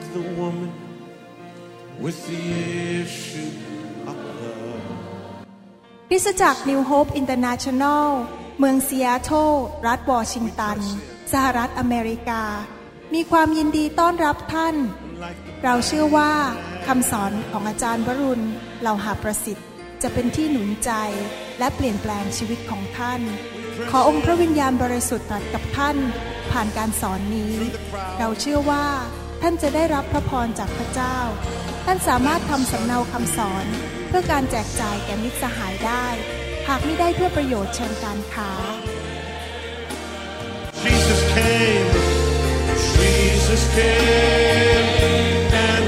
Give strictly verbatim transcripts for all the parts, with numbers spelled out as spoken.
the woman with the issue of blood คริสตจักร New Hope International เมืองซีแอตเทิลรัฐวอชิงตันสหรัฐอเมริกามีความยินดีต้อนรับท่านเราเชื่อว่าคำสอนของอาจารย์วรุณเหล่าหาประสิทธิ์จะเป็นที่หนุนใจและเปลี่ยนแปลงชีวิตของท่านขอองค์พระวิญญาณบริสุทธิ์ตรัสกับท่านผ่านการสอนนี้เราเชื่อว่าท่านจะได้รับพระพรจากพระเจ้าท่านสามารถทำสำเนาคำสอนเพื่อการแจกจ่ายแก่มิตรสหายได้หากไม่ได้เพื่อประโยชน์เชิงการค้า Jesus came Jesus came and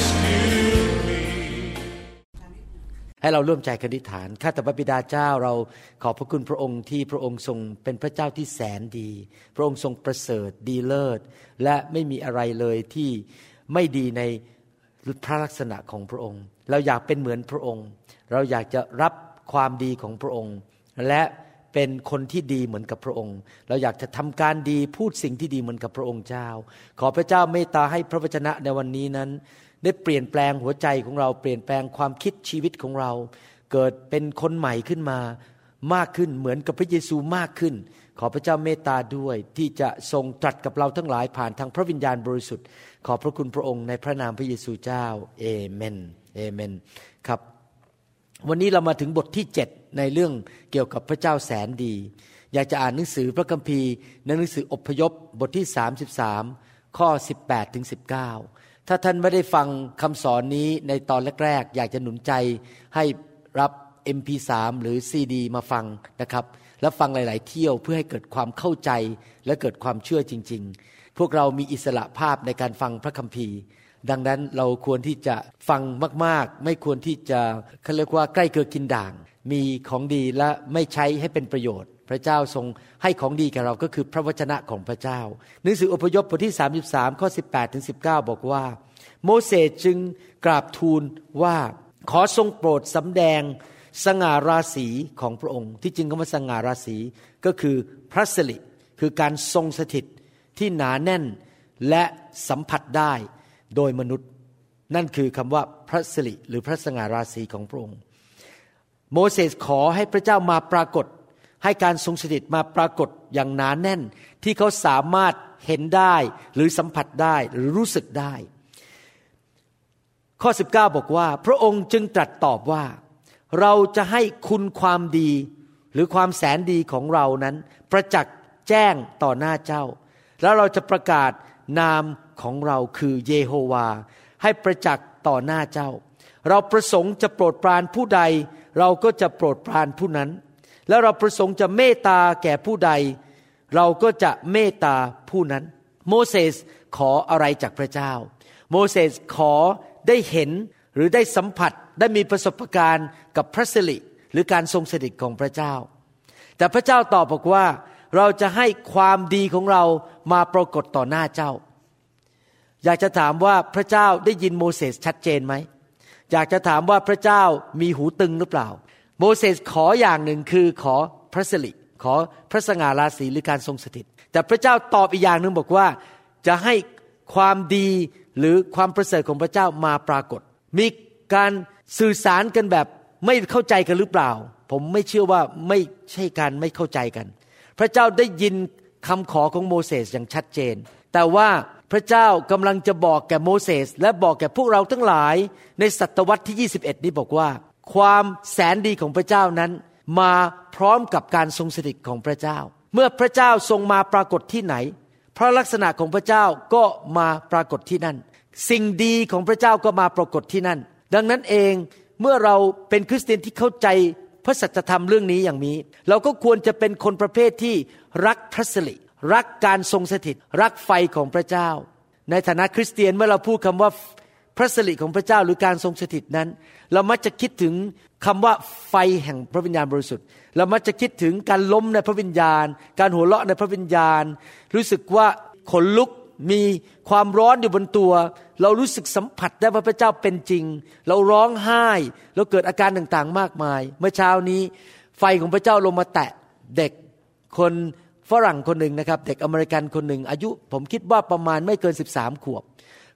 rescued me ให้เราร่วมใจกันอธิษฐานข้าแต่พระบิดาเจ้าเราขอบพระคุณพระองค์ที่พระองค์ทรงเป็นพระเจ้าที่แสนดีพระองค์ทรงประเสริฐดีเลิศและไม่มีอะไรเลยที่ไม่ดีในพระลักษณะของพระองค์เราอยากเป็นเหมือนพระองค์เราอยากจะรับความดีของพระองค์และเป็นคนที่ดีเหมือนกับพระองค์เราอยากจะทำการดีพูดสิ่งที่ดีเหมือนกับพระองค์เจ้าขอพระเจ้าเมตตาให้พระวจนะในวันนี้นั้นได้เปลี่ยนแปลงหัวใจของเราเปลี่ยนแปลงความคิดชีวิตของเราเกิดเป็นคนใหม่ขึ้นมามากขึ้นเหมือนกับพระเยซูมากขึ้นขอพระเจ้าเมตตาด้วยที่จะทรงตรัสกับเราทั้งหลายผ่านทางพระวิญญาณบริสุทธิ์ขอบพระคุณพระองค์ในพระนามพระเยซูเจ้าเอเมนเอเมนครับวันนี้เรามาถึงบทที่เจ็ดในเรื่องเกี่ยวกับพระเจ้าแสนดีอยากจะอ่านหนังสือพระคัมภีร์ในหนังสืออพยพบทที่สามสิบสามข้อสิบแปดถึงสิบเก้าถ้าท่านไม่ได้ฟังคำสอนนี้ในตอนแรกๆอยากจะหนุนใจให้รับ เอ็ม พี สาม หรือ ซี ดี มาฟังนะครับแล้วฟังหลายๆเที่ยวเพื่อให้เกิดความเข้าใจและเกิดความเชื่อจริงๆพวกเรามีอิสระภาพในการฟังพระคัมภีร์ดังนั้นเราควรที่จะฟังมากๆไม่ควรที่จะเขาเรียกว่าใกล้เกลือกินด่างมีของดีและไม่ใช้ให้เป็นประโยชน์พระเจ้าทรงให้ของดีแก่เราก็คือพระวจนะของพระเจ้าหนังสืออพยพบทที่สามสิบสามข้อสิบแปดถึงสิบเก้าบอกว่าโมเสสจึงกราบทูลว่าขอทรงโปรดสำแดงสง่าราศีของพระองค์ที่จริงคำว่าสง่าราศีก็คือพระสิริคือการทรงสถิตที่หนาแน่นและสัมผัสได้โดยมนุษย์นั่นคือคำว่าพระสิริหรือพระสง่าราศีของพระองค์โมเสสขอให้พระเจ้ามาปรากฏให้การทรงสถิตมาปรากฏอย่างหนาแน่นที่เขาสามารถเห็นได้หรือสัมผัสได้หรือรู้สึกได้ข้อสิบเก้าบอกว่าพระองค์จึงตรัสตอบว่าเราจะให้คุณความดีหรือความแสนดีของเรานั้นประจักษ์แจ้งต่อหน้าเจ้าแล้วเราจะประกาศนามของเราคือเยโฮวาให้ประจักษ์ต่อหน้าเจ้าเราประสงค์จะโปรดปรานผู้ใดเราก็จะโปรดปรานผู้นั้นแล้วเราประสงค์จะเมตตาแก่ผู้ใดเราก็จะเมตตาผู้นั้นโมเสสขออะไรจากพระเจ้าโมเสสขอได้เห็นหรือได้สัมผัสได้มีประสบการณ์กับพระสิริหรือการทรงสถิตของพระเจ้าแต่พระเจ้าตอบบอกว่าเราจะให้ความดีของเรามาปรากฏต่อหน้าเจ้าอยากจะถามว่าพระเจ้าได้ยินโมเสสชัดเจนไหมอยากจะถามว่าพระเจ้ามีหูตึงหรือเปล่าโมเสสขออย่างหนึ่งคือขอพระสิริขอพระสง่าราศีหรือการทรงสถิตแต่พระเจ้าตอบอีกอย่างหนึ่งบอกว่าจะให้ความดีหรือความประเสริฐของพระเจ้ามาปรากฏมีการสื่อสารกันแบบไม่เข้าใจกันหรือเปล่าผมไม่เชื่อว่าไม่ใช่การไม่เข้าใจกันพระเจ้าได้ยินคำขอของโมเสสอย่างชัดเจนแต่ว่าพระเจ้ากำลังจะบอกแก่โมเสสและบอกแก่พวกเราทั้งหลายในศตวรรษที่ยี่สิบเอ็ดนี้บอกว่าความแสนดีของพระเจ้านั้นมาพร้อมกับการทรงสถิตของพระเจ้าเมื่อพระเจ้าทรงมาปรากฏที่ไหนพระลักษณะของพระเจ้าก็มาปรากฏที่นั่นสิ่งดีของพระเจ้าก็มาปรากฏที่นั่นดังนั้นเองเมื่อเราเป็นคริสเตียนที่เข้าใจพระสัจธรรมเรื่องนี้อย่างนี้เราก็ควรจะเป็นคนประเภทที่รักพระสิริรักการทรงสถิตรักไฟของพระเจ้าในฐานะคริสเตียนเมื่อเราพูดคำว่าพระสิริของพระเจ้าหรือการทรงสถิตนั้นเรามักจะคิดถึงคำว่าไฟแห่งพระวิญญาณบริสุทธิ์เรามักจะคิดถึงการล้มในพระวิญญาณการหัวเราะในพระวิญญาณรู้สึกว่าขนลุกมีความร้อนอยู่บนตัวเรารู้สึกสัมผัสได้ว่าพระเจ้าเป็นจริงเราร้องไห้เราเกิดอาการต่างๆมากมายเมื่อเช้านี้ไฟของพระเจ้าลงมาแตะเด็กคนฝรั่งคนหนึ่งนะครับเด็กอเมริกันคนหนึ่งอายุผมคิดว่าประมาณไม่เกินสิบสามขวบ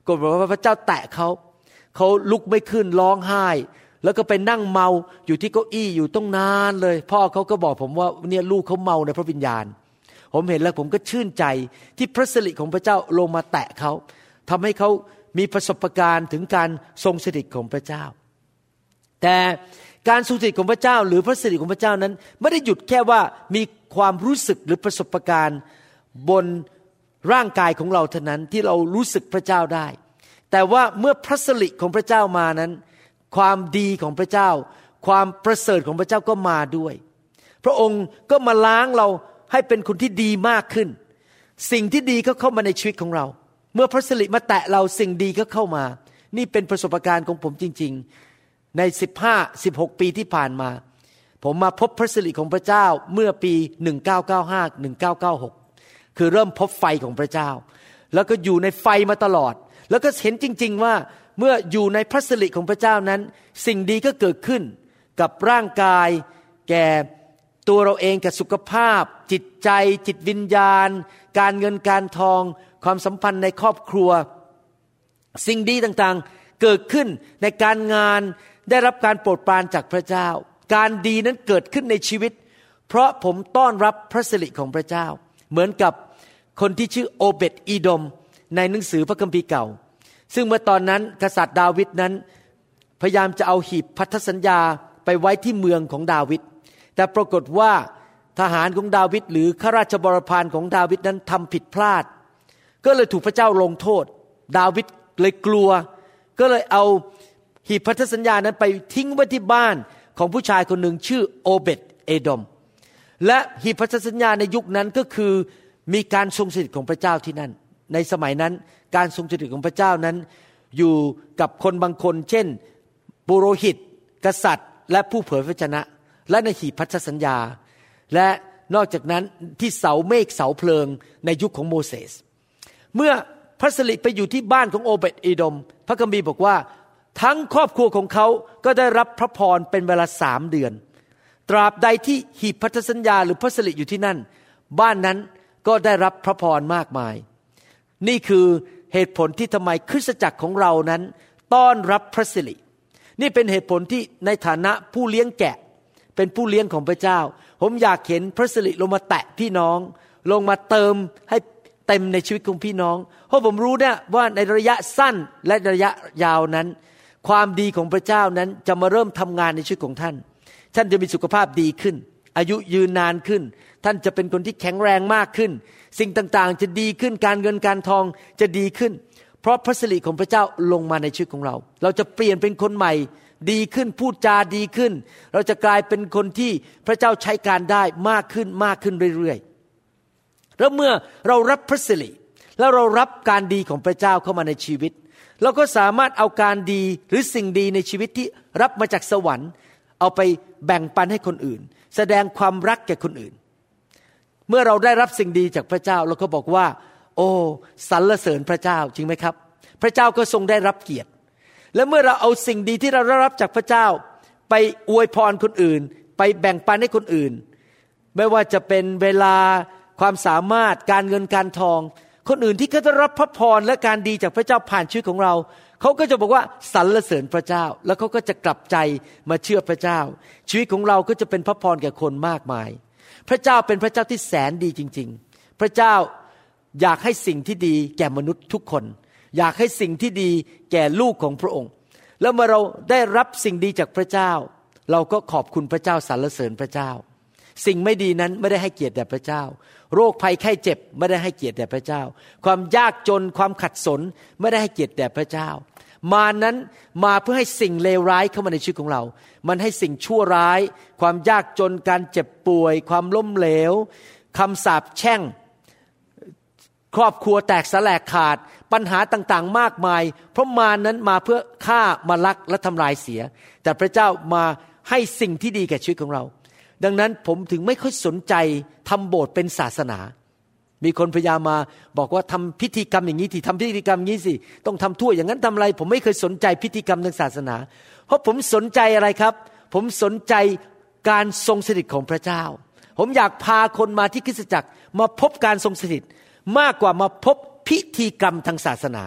ก็บอกว่าพระเจ้าแตะเขาเขาลุกไม่ขึ้นร้องไห้แล้วก็ไปนั่งเมาอยู่ที่เก้าอี้อยู่ต้องนานเลยพ่อเขาก็บอกผมว่าเนี่ยลูกเขาเมาในพระวิญญาณผมเห็นแล้วผมก็ชื่นใจที่พระสิริของพระเจ้าลงมาแตะเขาทำให้เขามีประสบการณ์ถึงการทรงสถิตของพระเจ้าแต่การทรงสถิตของพระเจ้าหรือพระสิริของพระเจ้านั้นไม่ได้หยุดแค่ว่ามีความรู้สึกหรือประสบการณ์บนร่างกายของเราเท่านั้นที่เรารู้สึกพระเจ้าได้แต่ว่าเมื่อพระสิริของพระเจ้ามานั้นความดีของพระเจ้าความประเสริฐของพระเจ้าก็มาด้วยพระองค์ก็มาล้างเราให้เป็นคนที่ดีมากขึ้นสิ่งที่ดีก็เข้ามาในชีวิตของเราเมื่อพระสิริมาแตะเราสิ่งดีก็เข้ามานี่เป็นประสบการณ์ของผมจริงๆในสิบห้า สิบหกปีที่ผ่านมาผมมาพบพระสิริของพระเจ้าเมื่อปีหนึ่งพันเก้าร้อยเก้าสิบห้า หนึ่งพันเก้าร้อยเก้าสิบหกคือเริ่มพบไฟของพระเจ้าแล้วก็อยู่ในไฟมาตลอดแล้วก็เห็นจริงๆว่าเมื่ออยู่ในพระสิริของพระเจ้านั้นสิ่งดีก็เกิดขึ้นกับร่างกายแก่ตัวเราเองกับสุขภาพจิตใจจิตวิญญาณการเงินการทองความสัมพันธ์ในครอบครัวสิ่งดีต่างๆเกิดขึ้นในการงานได้รับการโปรดปรานจากพระเจ้าการดีนั้นเกิดขึ้นในชีวิตเพราะผมต้อนรับพระสิริของพระเจ้าเหมือนกับคนที่ชื่อโอเบดอีดอมในหนังสือพระคัมภีร์เก่าซึ่งเมื่อตอนนั้นกษัตริย์ดาวิดนั้นพยายามจะเอาหีบพันธสัญญาไปไว้ที่เมืองของดาวิดแต่ปรากฏว่าทหารของดาวิดหรือข้าราชบริพารของดาวิดนั้นทำผิดพลาดก็เลยถูกพระเจ้าลงโทษดาวิดเลยกลัวก็เลยเอาหีบพันธสัญญานั้นไปทิ้งไว้ที่บ้านของผู้ชายคนหนึ่งชื่อโอเบดเอดอมและหีบพันธสัญญาในยุคนั้นก็คือมีการทรงสถิตของพระเจ้าที่นั่นในสมัยนั้นการทรงสถิตของพระเจ้านั้นอยู่กับคนบางคนเช่นปุโรหิตกษัตริย์และผู้เผยพระวจนะและในหีบพันธสัญญาและนอกจากนั้นที่เสาเมฆเสาเพลิงในยุคของโมเสสเมื่อพระสิริไปอยู่ที่บ้านของโอเบดอีดอมพระคัมภีร์บอกว่าทั้งครอบครัวของเขาก็ได้รับพระพรเป็นเวลาสามเดือนตราบใดที่หีบพันธสัญญาหรือพระสิริอยู่ที่นั่นบ้านนั้นก็ได้รับพระพรมากมายนี่คือเหตุผลที่ทำไมคริสตจักรของเรานั้นต้อนรับพระสิรินี่เป็นเหตุผลที่ในฐานะผู้เลี้ยงแกะเป็นผู้เลี้ยงของพระเจ้าผมอยากเห็นพระสิริลงมาแตะพี่น้องลงมาเติมให้เต็มในชีวิตของพี่น้องเพราะผมรู้เนี่ยว่าในระยะสั้นและระยะยาวนั้นความดีของพระเจ้านั้นจะมาเริ่มทำงานในชีวิตของท่านท่านจะมีสุขภาพดีขึ้นอายุยืนนานขึ้นท่านจะเป็นคนที่แข็งแรงมากขึ้นสิ่งต่างๆจะดีขึ้นการเงินการทองจะดีขึ้นเพราะพระสิริของพระเจ้าลงมาในชีวิตของเราเราจะเปลี่ยนเป็นคนใหม่ดีขึ้นพูดจาดีขึ้นเราจะกลายเป็นคนที่พระเจ้าใช้การได้มากขึ้นมากขึ้นเรื่อยๆแล้วเมื่อเรารับพระสิริแล้วเรารับการดีของพระเจ้าเข้ามาในชีวิตเราก็สามารถเอาการดีหรือสิ่งดีในชีวิตที่รับมาจากสวรรค์เอาไปแบ่งปันให้คนอื่นแสดงความรักแก่คนอื่นเมื่อเราได้รับสิ่งดีจากพระเจ้าเราก็บอกว่าโอ้สรรเสริญพระเจ้าจริงไหมครับพระเจ้าก็ทรงได้รับเกียรติและเมื่อเราเอาสิ่งดีที่เราได้รับจากพระเจ้าไปอวยพรคนอื่นไปแบ่งปันให้คนอื่นไม่ว่าจะเป็นเวลาความสามารถการเงินการทองคนอื่นที่เขาได้รับพระพรและการดีจากพระเจ้าผ่านชีวิตของเราเขาก็จะบอกว่าสรรเสริญพระเจ้าแล้วเขาก็จะกลับใจมาเชื่อพระเจ้าชีวิตของเราก็จะเป็นพระพรแก่คนมากมายพระเจ้าเป็นพระเจ้าที่แสนดีจริงๆพระเจ้าอยากให้สิ่งที่ดีแก่มนุษย์ทุกคนอยากให้สิ่งที่ดีแก่ลูกของพระองค์แล้วเมื่อเราได้รับสิ่งดีจากพระเจ้าเราก็ขอบคุณพระเจ้าสรรเสริญพระเจ้าสิ่งไม่ดีนั้นไม่ได้ให้เกียรติแด่พระเจ้าโรคภัยไข้เจ็บไม่ได้ให้เกียรติแด่พระเจ้าความยากจนความขัดสนไม่ได้ให้เกียรติแด่พระเจ้ามานั้นมาเพื่อให้สิ่งเลวร้ายเข้ามาในชีวิตของเรามันให้สิ่งชั่วร้ายความยากจนการเจ็บป่วยความล้มเหลวคำสาปแช่งครอบครัวแตกสลายขาดปัญหาต่างๆมากมายเพราะมารนั้นมาเพื่อฆ่ามาลักและทำลายเสียแต่พระเจ้ามาให้สิ่งที่ดีแก่ชีวิตของเราดังนั้นผมถึงไม่ค่อยสนใจทำโบสถ์เป็นศาสนามีคนพยายามมาบอกว่าทำพิธีกรรมอย่างนี้สิทำพิธีกรรมอย่างนี้สิต้องทำทั่วอย่างนั้นทำอะไรผมไม่เคยสนใจพิธีกรรมทางศาสนาเพราะผมสนใจอะไรครับผมสนใจการทรงสถิตของพระเจ้าผมอยากพาคนมาที่คริสตจักรมาพบการทรงสถิตมากกว่ามาพบพิธีกรรมทางศาสนา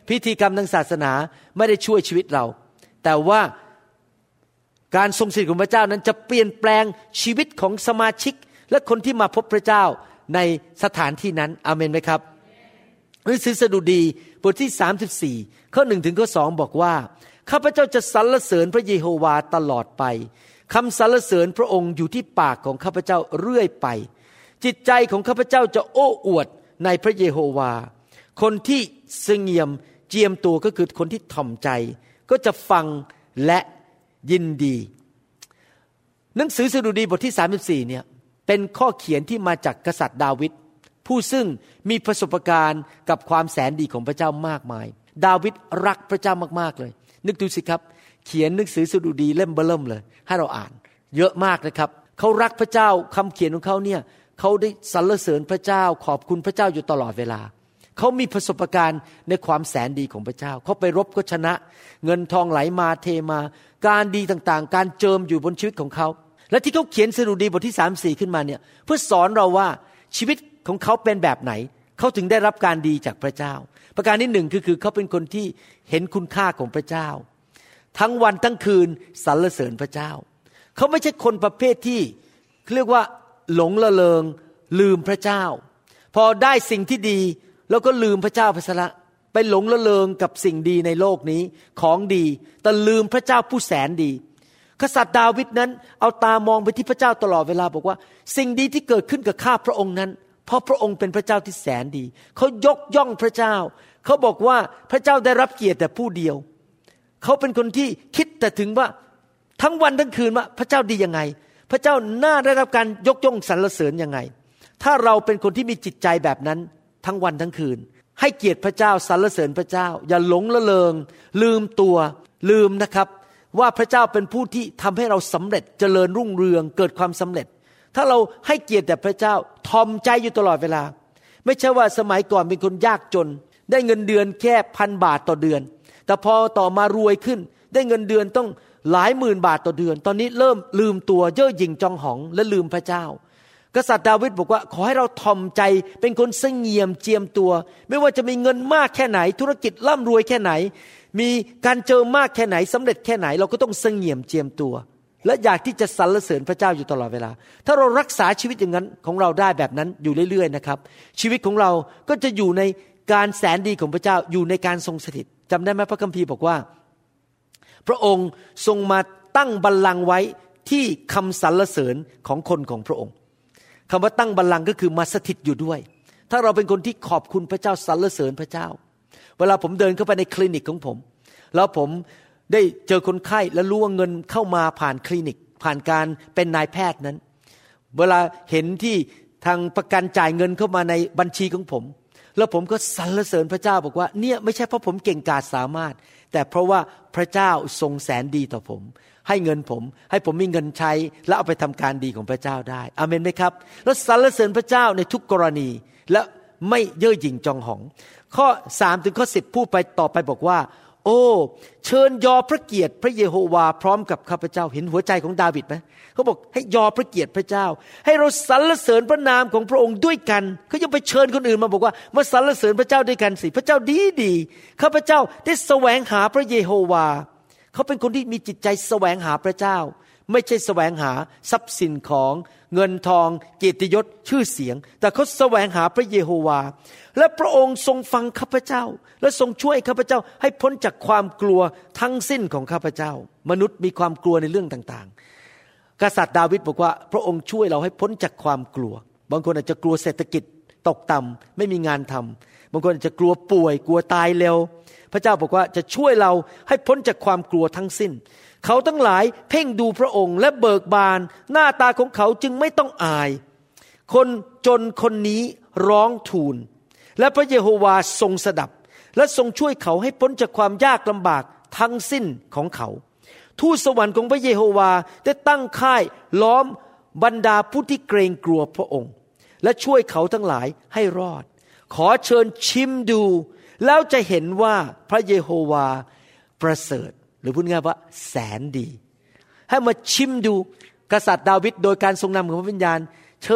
พิธีกรรมทางศาสนาไม่ได้ช่วยชีวิตเราแต่ว่าการทรงสถิตของพระเจ้านั้นจะเปลี่ยนแปลงชีวิตของสมาชิกและคนที่มาพบพระเจ้าในสถานที่นั้นอาเมนไหมครับหนังสือสดุดีบทที่สามสิบสี่ข้อหนึ่งถึงข้อสองบอกว่าข้าพเจ้าจะสรรเสริญพระเยโฮวาตลอดไปคำสรรเสริญพระองค์อยู่ที่ปากของข้าพเจ้าเรื่อยไปจิตใจของข้าพเจ้าจะโอ้อวดในพระเยโฮวาคนที่เสงี่ยมเจียมตัวก็คือคนที่ถ่อมใจก็จะฟังและยินดีหนังสือสดุดีบทที่สามสิบสี่เนี่ยเป็นข้อเขียนที่มาจากกษัตริย์ดาวิดผู้ซึ่งมีประสบการณ์กับความแสนดีของพระเจ้ามากมายดาวิดรักพระเจ้ามากๆเลยนึกดูสิครับเขียนหนังสือสดุดีเล่มเบ้อเริ่มเลยให้เราอ่านเยอะมากนะครับเขารักพระเจ้าคำเขียนของเขาเนี่ยเขาได้สรรเสริญพระเจ้าขอบคุณพระเจ้าอยู่ตลอดเวลาเขามีประสบการณ์ในความแสนดีของพระเจ้าเขาไปรบก็ชนะเงินทองไหลมาเทมาการดีต่างๆการเจิมอยู่บนชีวิตของเขาและที่เขาเขียนสดุดีบทที่สามสิบสี่ขึ้นมาเนี่ยเพื่อสอนเราว่าชีวิตของเขาเป็นแบบไหนเขาถึงได้รับการดีจากพระเจ้าประการที่หนึ่งคือคือเขาเป็นคนที่เห็นคุณค่าของพระเจ้าทั้งวันทั้งคืนสรรเสริญพระเจ้าเขาไม่ใช่คนประเภทที่เรียกว่าหลงละเลงลืมพระเจ้าพอได้สิ่งที่ดีแล้วก็ลืมพระเจ้าไปซะละไปหลงละเลงกับสิ่งดีในโลกนี้ของดีแต่ลืมพระเจ้าผู้แสนดีกษัตริย์ดาวิดนั้นเอาตามองไปที่พระเจ้าตลอดเวลาบอกว่าสิ่งดีที่เกิดขึ้นกับข้าพระองค์นั้นเพราะพระองค์เป็นพระเจ้าที่แสนดีเขายกย่องพระเจ้าเขาบอกว่าพระเจ้าได้รับเกียรติแต่ผู้เดียวเขาเป็นคนที่คิดแต่ถึงว่าทั้งวันทั้งคืนว่าพระเจ้าดียังไงพระเจ้าน่าได้รับการยกย่องสรรเสริญยังไงถ้าเราเป็นคนที่มีจิตใจแบบนั้นทั้งวันทั้งคืนให้เกียรติพระเจ้าสรรเสริญพระเจ้าอย่าหลงละเลงลืมตัวลืมนะครับว่าพระเจ้าเป็นผู้ที่ทำให้เราสำเร็จเจริญรุ่งเรืองเกิดความสำเร็จถ้าเราให้เกียรติแต่พระเจ้าทอมใจอยู่ตลอดเวลาไม่ใช่ว่าสมัยก่อนเป็นคนยากจนได้เงินเดือนแค่พันบาทต่อเดือนแต่พอต่อมารวยขึ้นได้เงินเดือนต้องหลายหมื่นบาทต่อเดือนตอนนี้เริ่มลืมตัวเย่อหยิ่งจองหองและลืมพระเจ้ากษัตริย์ดาวิดบอกว่าขอให้เราทอมใจเป็นคนเสงี่ยมเจียมตัวไม่ว่าจะมีเงินมากแค่ไหนธุรกิจร่ำรวยแค่ไหนมีการเจอมากแค่ไหนสำเร็จแค่ไหนเราก็ต้องเสงี่ยมเจียมตัวและอยากที่จะสรรเสริญพระเจ้าอยู่ตลอดเวลาถ้าเรารักษาชีวิตอย่างนั้นของเราได้แบบนั้นอยู่เรื่อยๆนะครับชีวิตของเราก็จะอยู่ในการแสนดีของพระเจ้าอยู่ในการทรงสถิตจำได้ไหมพระคัมภีร์บอกว่าพระองค์ทรงมาตั้งบัลลังก์ไว้ที่คำสรรเสริญของคนของพระองค์คำว่าตั้งบัลลังก์ก็คือมาสถิตอยู่ด้วยถ้าเราเป็นคนที่ขอบคุณพระเจ้าสรรเสริญพระเจ้าเวลาผมเดินเข้าไปในคลินิกของผมแล้วผมได้เจอคนไข้และรู้ว่าเงินเข้ามาผ่านคลินิกผ่านการเป็นนายแพทย์นั้นเวลาเห็นที่ทางประกันจ่ายเงินเข้ามาในบัญชีของผมแล้วผมก็สรรเสริญพระเจ้าบอกว่าเนี่ยไม่ใช่เพราะผมเก่งกาจสามารถแต่เพราะว่าพระเจ้าทรงแสนดีต่อผมให้เงินผมให้ผมมีเงินใช้และเอาไปทำการดีของพระเจ้าได้อาเมนไหมครับแล้วสรรเสริญพระเจ้าในทุกกรณีและไม่เย่อหยิ่งจองหองข้อสามถึงข้อสิบพูดไปต่อไปบอกว่าโอ้เชิญยอพระเกียรติพระเยโฮวาพร้อมกับข้าพเจ้าเห็นหัวใจของดาวิดไหมเขาบอกให้ยอพระเกียรติพระเจ้าให้เราสรรเสริญพระนามของพระองค์ด้วยกันเขายังไปเชิญคนอื่นมาบอกว่ามาสรรเสริญพระเจ้าด้วยกันสิพระเจ้าดีดีข้าพเจ้าได้แสวงหาพระเยโฮวาเขาเป็นคนที่มีจิตใจแสวงหาพระเจ้าไม่ใช่แสวงหาทรัพย์สินของเงินทองเกียรติยศชื่อเสียงแต่เขาแสวงหาพระเยโฮวาและพระองค์ทรงฟังข้าพเจ้าและทรงช่วยข้าพเจ้าให้พ้นจากความกลัวทั้งสิ้นของข้าพเจ้ามนุษย์มีความกลัวในเรื่องต่างๆกษัตริย์ดาวิดบอกว่าพระองค์ช่วยเราให้พ้นจากความกลัวบางคนอาจจะกลัวเศรษฐกิจตกต่ำไม่มีงานทำบางคนอาจจะกลัวป่วยกลัวตายเร็วพระเจ้าบอกว่าจะช่วยเราให้พ้นจากความกลัวทั้งสิ้นเขาทั้งหลายเพ่งดูพระองค์และเบิกบานหน้าตาของเขาจึงไม่ต้องอายคนจนคนนี้ร้องทูลและพระเยโฮวาทรงสดับและทรงช่วยเขาให้พ้นจากความยากลำบากทั้งสิ้นของเขาทูตสวรรค์ของพระเยโฮวาได้ตั้งค่ายล้อมบรรดาผู้ที่เกรงกลัวพระองค์และช่วยเขาทั้งหลายให้รอดขอเชิญชิมดูแล้วจะเห็นว่าพระเยโฮวาประเสริฐหรือพูดง่ายว่าแสนดีให้มาชิมดูกษัตริย์ดาวิดโดยการทรงนำของพระวิญญาณเชิญ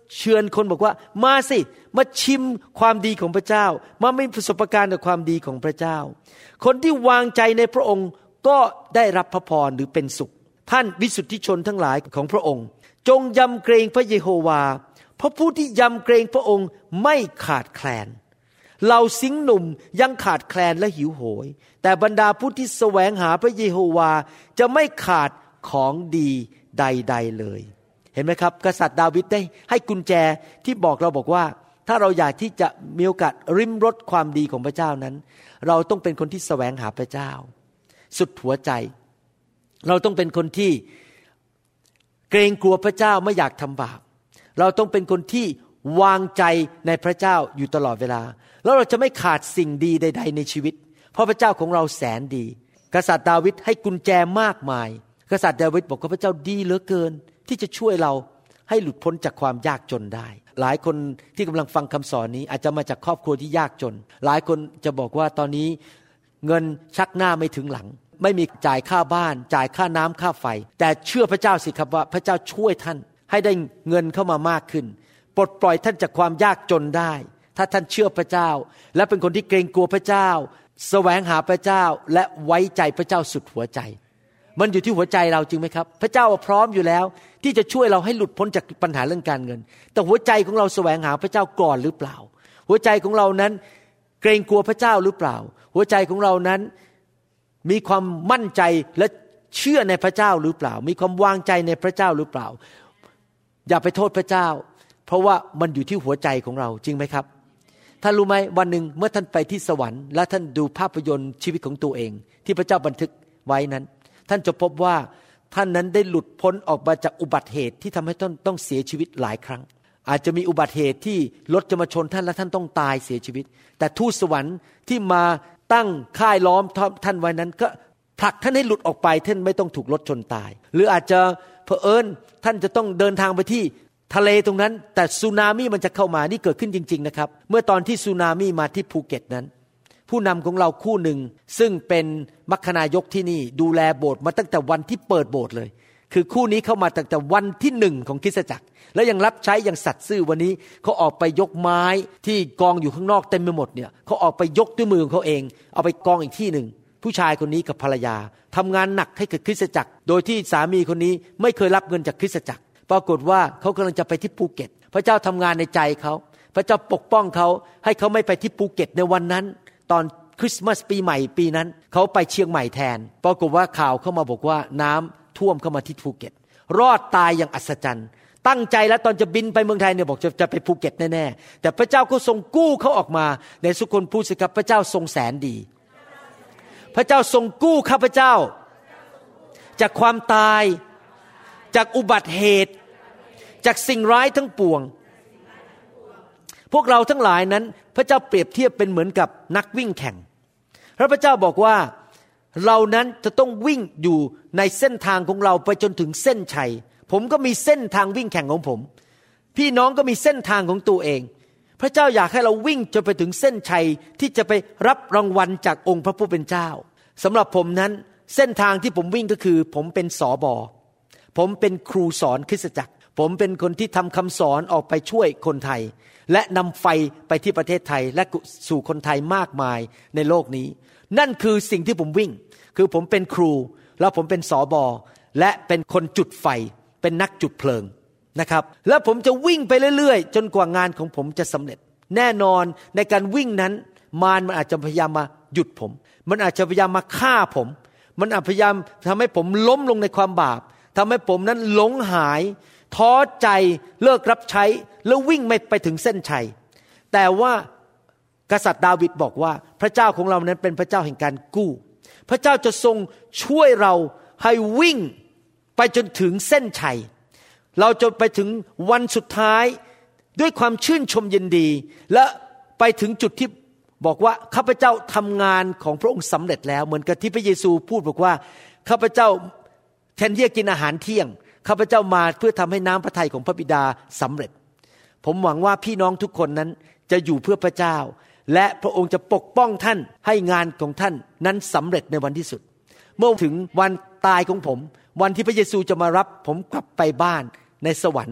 เชิญคนบอกว่ามาสิมาชิมความดีของพระเจ้ามามีประสบการณ์กับความดีของพระเจ้าคนที่วางใจในพระองค์ก็ได้รับพระพรหรือเป็นสุขท่านวิสุทธิชนทั้งหลายของพระองค์จงยำเกรงพระเยโฮวาเพราะผู้ที่ยำเกรงพระองค์ไม่ขาดแคลนเราสิงห์หนุ่มยังขาดแคลนและหิวโหยแต่บรรดาผู้ที่แสวงหาพระเยโฮวาจะไม่ขาดของดีใดๆเลยเห็นไหมครับกษัตริย์ดาวิดได้ให้กุญแจที่บอกเราบอกว่าถ้าเราอยากที่จะมีโอกาสริมรสความดีของพระเจ้านั้นเราต้องเป็นคนที่แสวงหาพระเจ้าสุดหัวใจเราต้องเป็นคนที่เกรงกลัวพระเจ้าไม่อยากทำบาปเราต้องเป็นคนที่วางใจในพระเจ้าอยู่ตลอดเวลาแล้วเราจะไม่ขาดสิ่งดีใดๆในชีวิตเพราะพระเจ้าของเราแสนดีกษัตริย์ดาวิดให้กุญแจมากมายกษัตริย์ดาวิดบอกว่าพระเจ้าดีเหลือเกินที่จะช่วยเราให้หลุดพ้นจากความยากจนได้หลายคนที่กำลังฟังคำสอนนี้อาจจะมาจากครอบครัวที่ยากจนหลายคนจะบอกว่าตอนนี้เงินชักหน้าไม่ถึงหลังไม่มีจ่ายค่าบ้านจ่ายค่าน้ำค่าไฟแต่เชื่อพระเจ้าสิครับว่าพระเจ้าช่วยท่านให้ได้เงินเข้ามามากขึ้นปลดปล่อยท่านจากความยากจนได้ถ้าท่านเชื่อพระเจ้าและเป็นคนที่เกรงกลัวพระเจ้าแสวงหาพระเจ้าและไว้ใจพระเจ้าสุดหัวใจมันอยู่ที่หัวใจเราจริงไหมครับพระเจ้าพร้อมอยู่แล้วที่จะช่วยเราให้หลุดพ้นจากปัญหาเรื่องการเงินแต่หัวใจของเราแสวงหาพระเจ้าก่อนหรือเปล่าหัวใจของเรานั้นเกรงกลัวพระเจ้าหรือเปล่าหัวใจของเรานั้นมีความมั่นใจและเชื่อในพระเจ้าหรือเปล่ามีความวางใจในพระเจ้าหรือเปล่าอย่าไปโทษพระเจ้าเพราะว่ามันอยู่ที่หัวใจของเราจริงไหมครับท่านรู้ไหมวันหนึ่งเมื่อท่านไปที่สวรรค์และท่านดูภาพยนตร์ชีวิตของตัวเองที่พระเจ้าบันทึกไว้นั้นท่านจะพบว่าท่านนั้นได้หลุดพ้นออกมาจากอุบัติเหตุที่ทำให้ท่านต้องเสียชีวิตหลายครั้งอาจจะมีอุบัติเหตุที่รถจะมาชนท่านและท่านต้องตายเสียชีวิตแต่ทูตสวรรค์ที่มาตั้งค่ายล้อมท่านไว้นั้นก็ผลักท่านให้หลุดออกไปท่านไม่ต้องถูกรถชนตายหรืออาจจะเผอิญท่านจะต้องเดินทางไปที่ทะเลตรงนั้นแต่สึนามิมันจะเข้ามานี่เกิดขึ้นจริงๆนะครับเมื่อตอนที่สึนามิมาที่ภูเก็ตนั้นผู้นำของเราคู่หนึ่งซึ่งเป็นมัคคณายกที่นี่ดูแลโบสถ์มาตั้งแต่วันที่เปิดโบสถ์เลยคือคู่นี้เข้ามาตั้งแต่วันที่หนึ่งของคริสตจักรแล้วยังรับใช้อย่างสัตย์ซื่อวันนี้เขาออกไปยกไม้ที่กองอยู่ข้างนอกเต็มไปหมดเนี่ยเขาออกไปยกด้วยมือของเขาเองเอาไปกองอีกที่หนึ่งผู้ชายคนนี้กับภรรยาทำงานหนักให้กับคริสตจักรโดยที่สามีคนนี้ไม่เคยรับเงินจากคริสตจักรปรากฏว่าเขากำลังจะไปที่ภูเก็ตพระเจ้าทำงานในใจเขาพระเจ้าปกป้องเขาให้เขาไม่ไปที่ภูเก็ตในวันนั้นตอนคริสต์มาสปีใหม่ปีนั้นเขาไปเชียงใหม่แทนปรากฏว่าข่าวเข้ามาบอกว่าน้ำท่วมเข้ามาที่ภูเก็ตรอดตายอย่างอัศจรรย์ตั้งใจแล้วตอนจะบินไปเมืองไทยเนี่ยบอกจะจะไปภูเก็ตแน่ๆแต่พระเจ้าก็ทรงกู้เขาออกมาในสุคนพูดสิครับพระเจ้าทรงแสนดีพระเจ้าทรงกู้ข้าพเจ้าจากความตายจากอุบัติเหตุจากสิ่งร้ายทั้งปวงพวกเราทั้งหลายนั้นพระเจ้าเปรียบเทียบเป็นเหมือนกับนักวิ่งแข่งพระเจ้าบอกว่าเรานั้นจะต้องวิ่งอยู่ในเส้นทางของเราไปจนถึงเส้นชัยผมก็มีเส้นทางวิ่งแข่งของผมพี่น้องก็มีเส้นทางของตัวเองพระเจ้าอยากให้เราวิ่งจนไปถึงเส้นชัยที่จะไปรับรางวัลจากองค์พระผู้เป็นเจ้าสำหรับผมนั้นเส้นทางที่ผมวิ่งก็คือผมเป็นสบผมเป็นครูสอนคริสตจักรผมเป็นคนที่ทำคำสอนออกไปช่วยคนไทยและนำไฟไปที่ประเทศไทยและสู่คนไทยมากมายในโลกนี้นั่นคือสิ่งที่ผมวิ่งคือผมเป็นครูแล้วผมเป็นสบและเป็นคนจุดไฟเป็นนักจุดเพลิงนะครับแล้วผมจะวิ่งไปเรื่อยๆจนกว่างานของผมจะสำเร็จแน่นอนในการวิ่งนั้นมารมันอาจจะพยายามมาหยุดผมมันอาจจะพยายามมาฆ่าผมมันอาจพยายามทำให้ผมล้มลงในความบาปทำให้ผมนั้นหลงหายท้อใจเลิกรับใช้แล้ววิ่งไม่ไปถึงเส้นชัยแต่ว่ากษัตริย์ดาวิดบอกว่าพระเจ้าของเรานั้นเป็นพระเจ้าแห่งการกู้พระเจ้าจะทรงช่วยเราให้วิ่งไปจนถึงเส้นชัยเราจะไปถึงวันสุดท้ายด้วยความชื่นชมยินดีและไปถึงจุดที่บอกว่าข้าพเจ้าทำงานของพระองค์สำเร็จแล้วเหมือนกับที่พระเยซูพูดบอกว่าข้าพเจ้าแทนที่จะกินอาหารเที่ยงข้าพเจ้ามาเพื่อทำให้น้ำพระทัยของพระบิดาสำเร็จผมหวังว่าพี่น้องทุกคนนั้นจะอยู่เพื่อพระเจ้าและพระองค์จะปกป้องท่านให้งานของท่านนั้นสำเร็จในวันที่สุดเมื่อถึงวันตายของผมวันที่พระเยซูจะมารับผมกลับไปบ้านในสวรรค์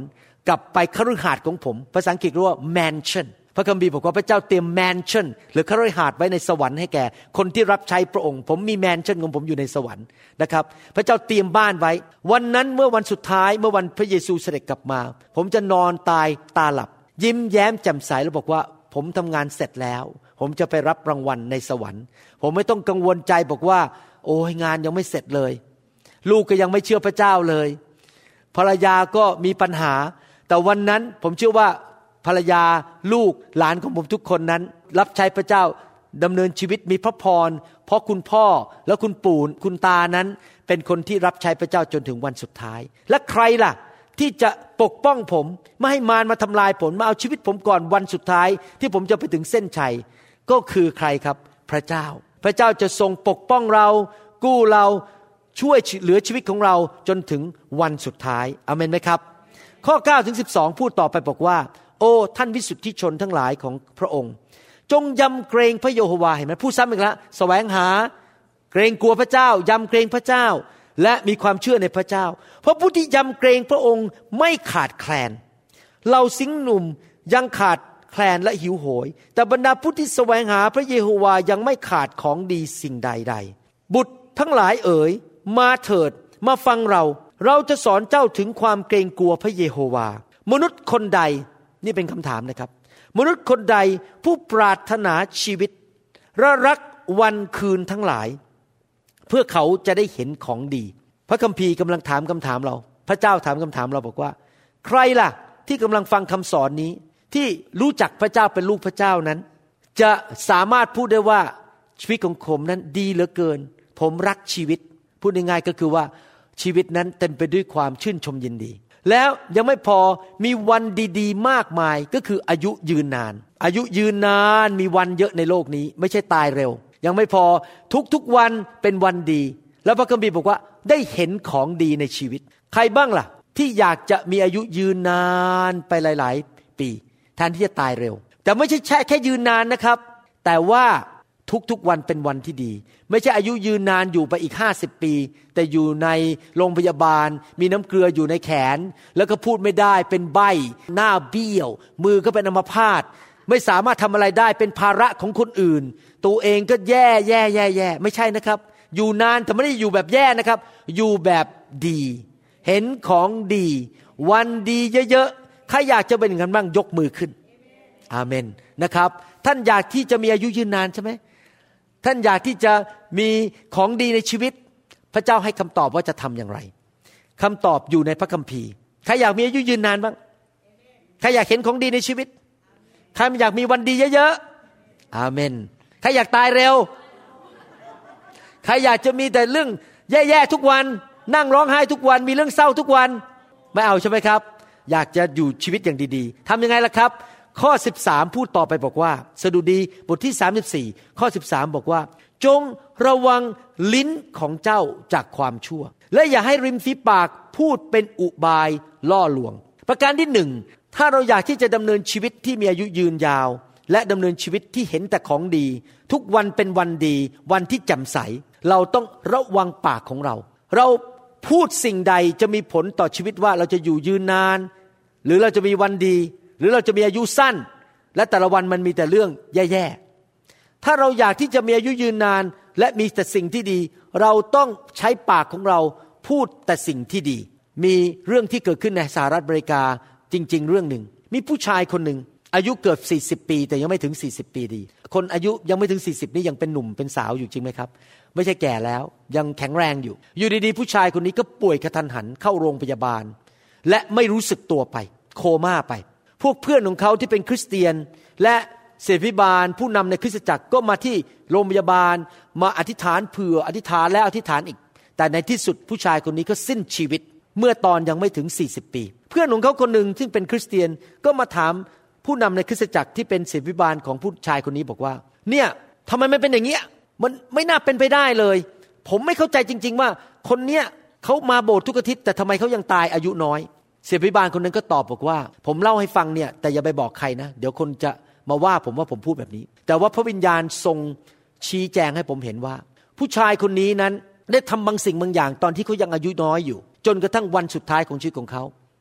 กลับไปคฤหาสน์ของผมภาษาอังกฤษเรียกว่า mansion พระคัมภีร์บอกว่าพระเจ้าเตรียม mansion หรือคฤหาสน์ไว้ในสวรรค์ให้แก่คนที่รับใช้พระองค์ผมมี mansion ของผมอยู่ในสวรรค์นะครับพระเจ้าเตรียมบ้านไว้วันนั้นเมื่อวันสุดท้ายเมื่อวันพระเยซูเสด็จกลับมาผมจะนอนตายตาหลับยิ้มแย้มแจ่มใสแล้วบอกว่าผมทำงานเสร็จแล้วผมจะไปรับรางวัลในสวรรค์ผมไม่ต้องกังวลใจบอกว่าโอ้ยงานยังไม่เสร็จเลยลูกก็ยังไม่เชื่อพระเจ้าเลยภรรยาก็มีปัญหาแต่วันนั้นผมเชื่อว่าภรรยาลูกหลานของผมทุกคนนั้นรับใช้พระเจ้าดำเนินชีวิตมีพระพรเพราะคุณพ่อและคุณปู่คุณตานั้นเป็นคนที่รับใช้พระเจ้าจนถึงวันสุดท้ายและใครล่ะที่จะปกป้องผมไม่ให้มารมาทำลายผมมาเอาชีวิตผมก่อนวันสุดท้ายที่ผมจะไปถึงเส้นชัยก็คือใครครับพระเจ้าพระเจ้าจะทรงปกป้องเรากู้เราช่วยเหลือชีวิตของเราจนถึงวันสุดท้ายอาเมนไหมครับข้อเก้าถึงสิบสองพูดต่อไปบอกว่าโอ้ท่านวิสุทธิชนทั้งหลายของพระองค์จงยำเกรงพระเยโฮวาเห็นไหมพูดซ้ำอีกแล้วแสวงหาเกรงกลัวพระเจ้ายำเกรงพระเจ้าและมีความเชื่อในพระเจ้าเพราะผู้ที่ยำเกรงพระองค์ไม่ขาดแคลนเราสิงหนุ่มยังขาดแคลนและหิวโหยแต่บรรดาผู้ที่แสวงหาพระเยโฮวายังไม่ขาดของดีสิ่งใดๆบุตรทั้งหลายเอ๋ยมาเถิดมาฟังเราเราจะสอนเจ้าถึงความเกรงกลัวพระเยโฮวามนุษย์คนใดนี่เป็นคำถามนะครับมนุษย์คนใดผู้ปรารถนาชีวิตและรักวันคืนทั้งหลายเพื่อเขาจะได้เห็นของดีพระคัมภีร์กำลังถามคำถามเราพระเจ้าถามคำถามเราบอกว่าใครล่ะที่กำลังฟังคำสอนนี้ที่รู้จักพระเจ้าเป็นลูกพระเจ้านั้นจะสามารถพูดได้ว่าชีวิตของผมนั้นดีเหลือเกินผมรักชีวิตพูดง่ายๆก็คือว่าชีวิตนั้นเต็มไปด้วยความชื่นชมยินดีแล้วยังไม่พอมีวันดีๆมากมายก็คืออายุยืนนานอายุยืนนานมีวันเยอะในโลกนี้ไม่ใช่ตายเร็วยังไม่พอทุกๆวันเป็นวันดีแล้วพระคัมภีร์บอกว่าได้เห็นของดีในชีวิตใครบ้างล่ะที่อยากจะมีอายุยืนนานไปหลายๆปีแทนที่จะตายเร็วแต่ไม่ใช่แค่แค่ยืนนานนะครับแต่ว่าทุกๆวันเป็นวันที่ดีไม่ใช่อายุยืนนานอยู่ไปอีกห้าสิบปีแต่อยู่ในโรงพยาบาลมีน้ำเกลืออยู่ในแขนแล้วก็พูดไม่ได้เป็นใบ้หน้าเบี้ยวมือก็เป็นอัมพาตไม่สามารถทำอะไรได้เป็นภาระของคนอื่นตัวเองก็แย่แย่แย่แย่ไม่ใช่นะครับอยู่นานแต่ไม่ได้อยู่แบบแย่นะครับอยู่แบบดีเห็นของดีวันดีเยอะๆใครอยากจะเป็นอย่างนั้นบ้างยกมือขึ้นอาเมนนะครับท่านอยากที่จะมีอายุยืนนานใช่ไหมท่านอยากที่จะมีของดีในชีวิตพระเจ้าให้คำตอบว่าจะทำอย่างไรคำตอบอยู่ในพระคัมภีร์ใครอยากมีอายุยืนนานบ้างใครอยากเห็นของดีในชีวิตใครอยากมีวันดีเยอะๆอาเมนใครอยากตายเร็วใครอยากจะมีแต่เรื่องแย่ๆทุกวันนั่งร้องไห้ทุกวันมีเรื่องเศร้าทุกวันไม่เอาใช่ไหมครับอยากจะอยู่ชีวิตอย่างดีๆทำยังไงล่ะครับข้อสิบสามพูดต่อไปบอกว่าสดุดีบทที่สามสิบสี่ข้อสิบสามบอกว่าจงระวังลิ้นของเจ้าจากความชั่วและอย่าให้ริมฝีปากพูดเป็นอุบายล่อลวงประการที่หนึ่งถ้าเราอยากที่จะดำเนินชีวิตที่มีอายุยืนยาวและดำเนินชีวิตที่เห็นแต่ของดีทุกวันเป็นวันดีวันที่แจ่มใสเราต้องระวังปากของเราเราพูดสิ่งใดจะมีผลต่อชีวิตว่าเราจะอยู่ยืนนานหรือเราจะมีวันดีหรือเราจะมีอายุสั้นและแต่ละวันมันมีแต่เรื่องแย่ๆถ้าเราอยากที่จะมีอายุยืนนานและมีแต่สิ่งที่ดีเราต้องใช้ปากของเราพูดแต่สิ่งที่ดีมีเรื่องที่เกิดขึ้นในสหรัฐอเมริกาจริงๆเรื่องหนึ่งมีผู้ชายคนหนึ่งอายุเกือบสี่สิบปีแต่ยังไม่ถึงสี่สิบปีดีคนอายุยังไม่ถึงสี่สิบนี่ยังเป็นหนุ่มเป็นสาวอยู่จริงไหมครับไม่ใช่แก่แล้วยังแข็งแรงอยู่อยู่ดีๆผู้ชายคนนี้ก็ป่วยกระทันหันเข้าโรงพยาบาลและไม่รู้สึกตัวไปโคม่าไปพวกเพื่อนของเขาที่เป็นคริสเตียนและศิษยาภิบาลผู้นำในคริสตจักรก็มาที่โรงพยาบาลมาอธิษฐานเผื่ออธิษฐานแล้วอธิษฐานอีกแต่ในที่สุดผู้ชายคนนี้ก็สิ้นชีวิตเมื่อตอนยังไม่ถึงสี่สิบปีเพื่อนของเขาคนหนึ่งซึ่งเป็นคริสเตียนก็มาถามผู้นำในคริสตจักรที่เป็นศิษยาภิบาลของผู้ชายคนนี้บอกว่าเนี่ยทำไมมันเป็นอย่างเงี้ยมันไม่น่าเป็นไปได้เลยผมไม่เข้าใจจริงๆว่าคนเนี้ยเขามาโบสถ์ทุกอาทิตย์แต่ทำไมเขายังตายอายุน้อยศิษยาภิบาลคนนั้นก็ตอบบอกว่าผมเล่าให้ฟังเนี่ยแต่อย่าไปบอกใครนะเดี๋ยวคนจะมาว่าผมว่าผมพูดแบบนี้แต่ว่าพระวิญญาณทรงชี้แจงให้ผมเห็นว่าผู้ชายคนนี้นั้นได้ทำบางสิ่งบางอย่างตอนที่เขายังอายุน้อยอยู่จนกระทั่งวันสุดท้ายของชีวิตของเขา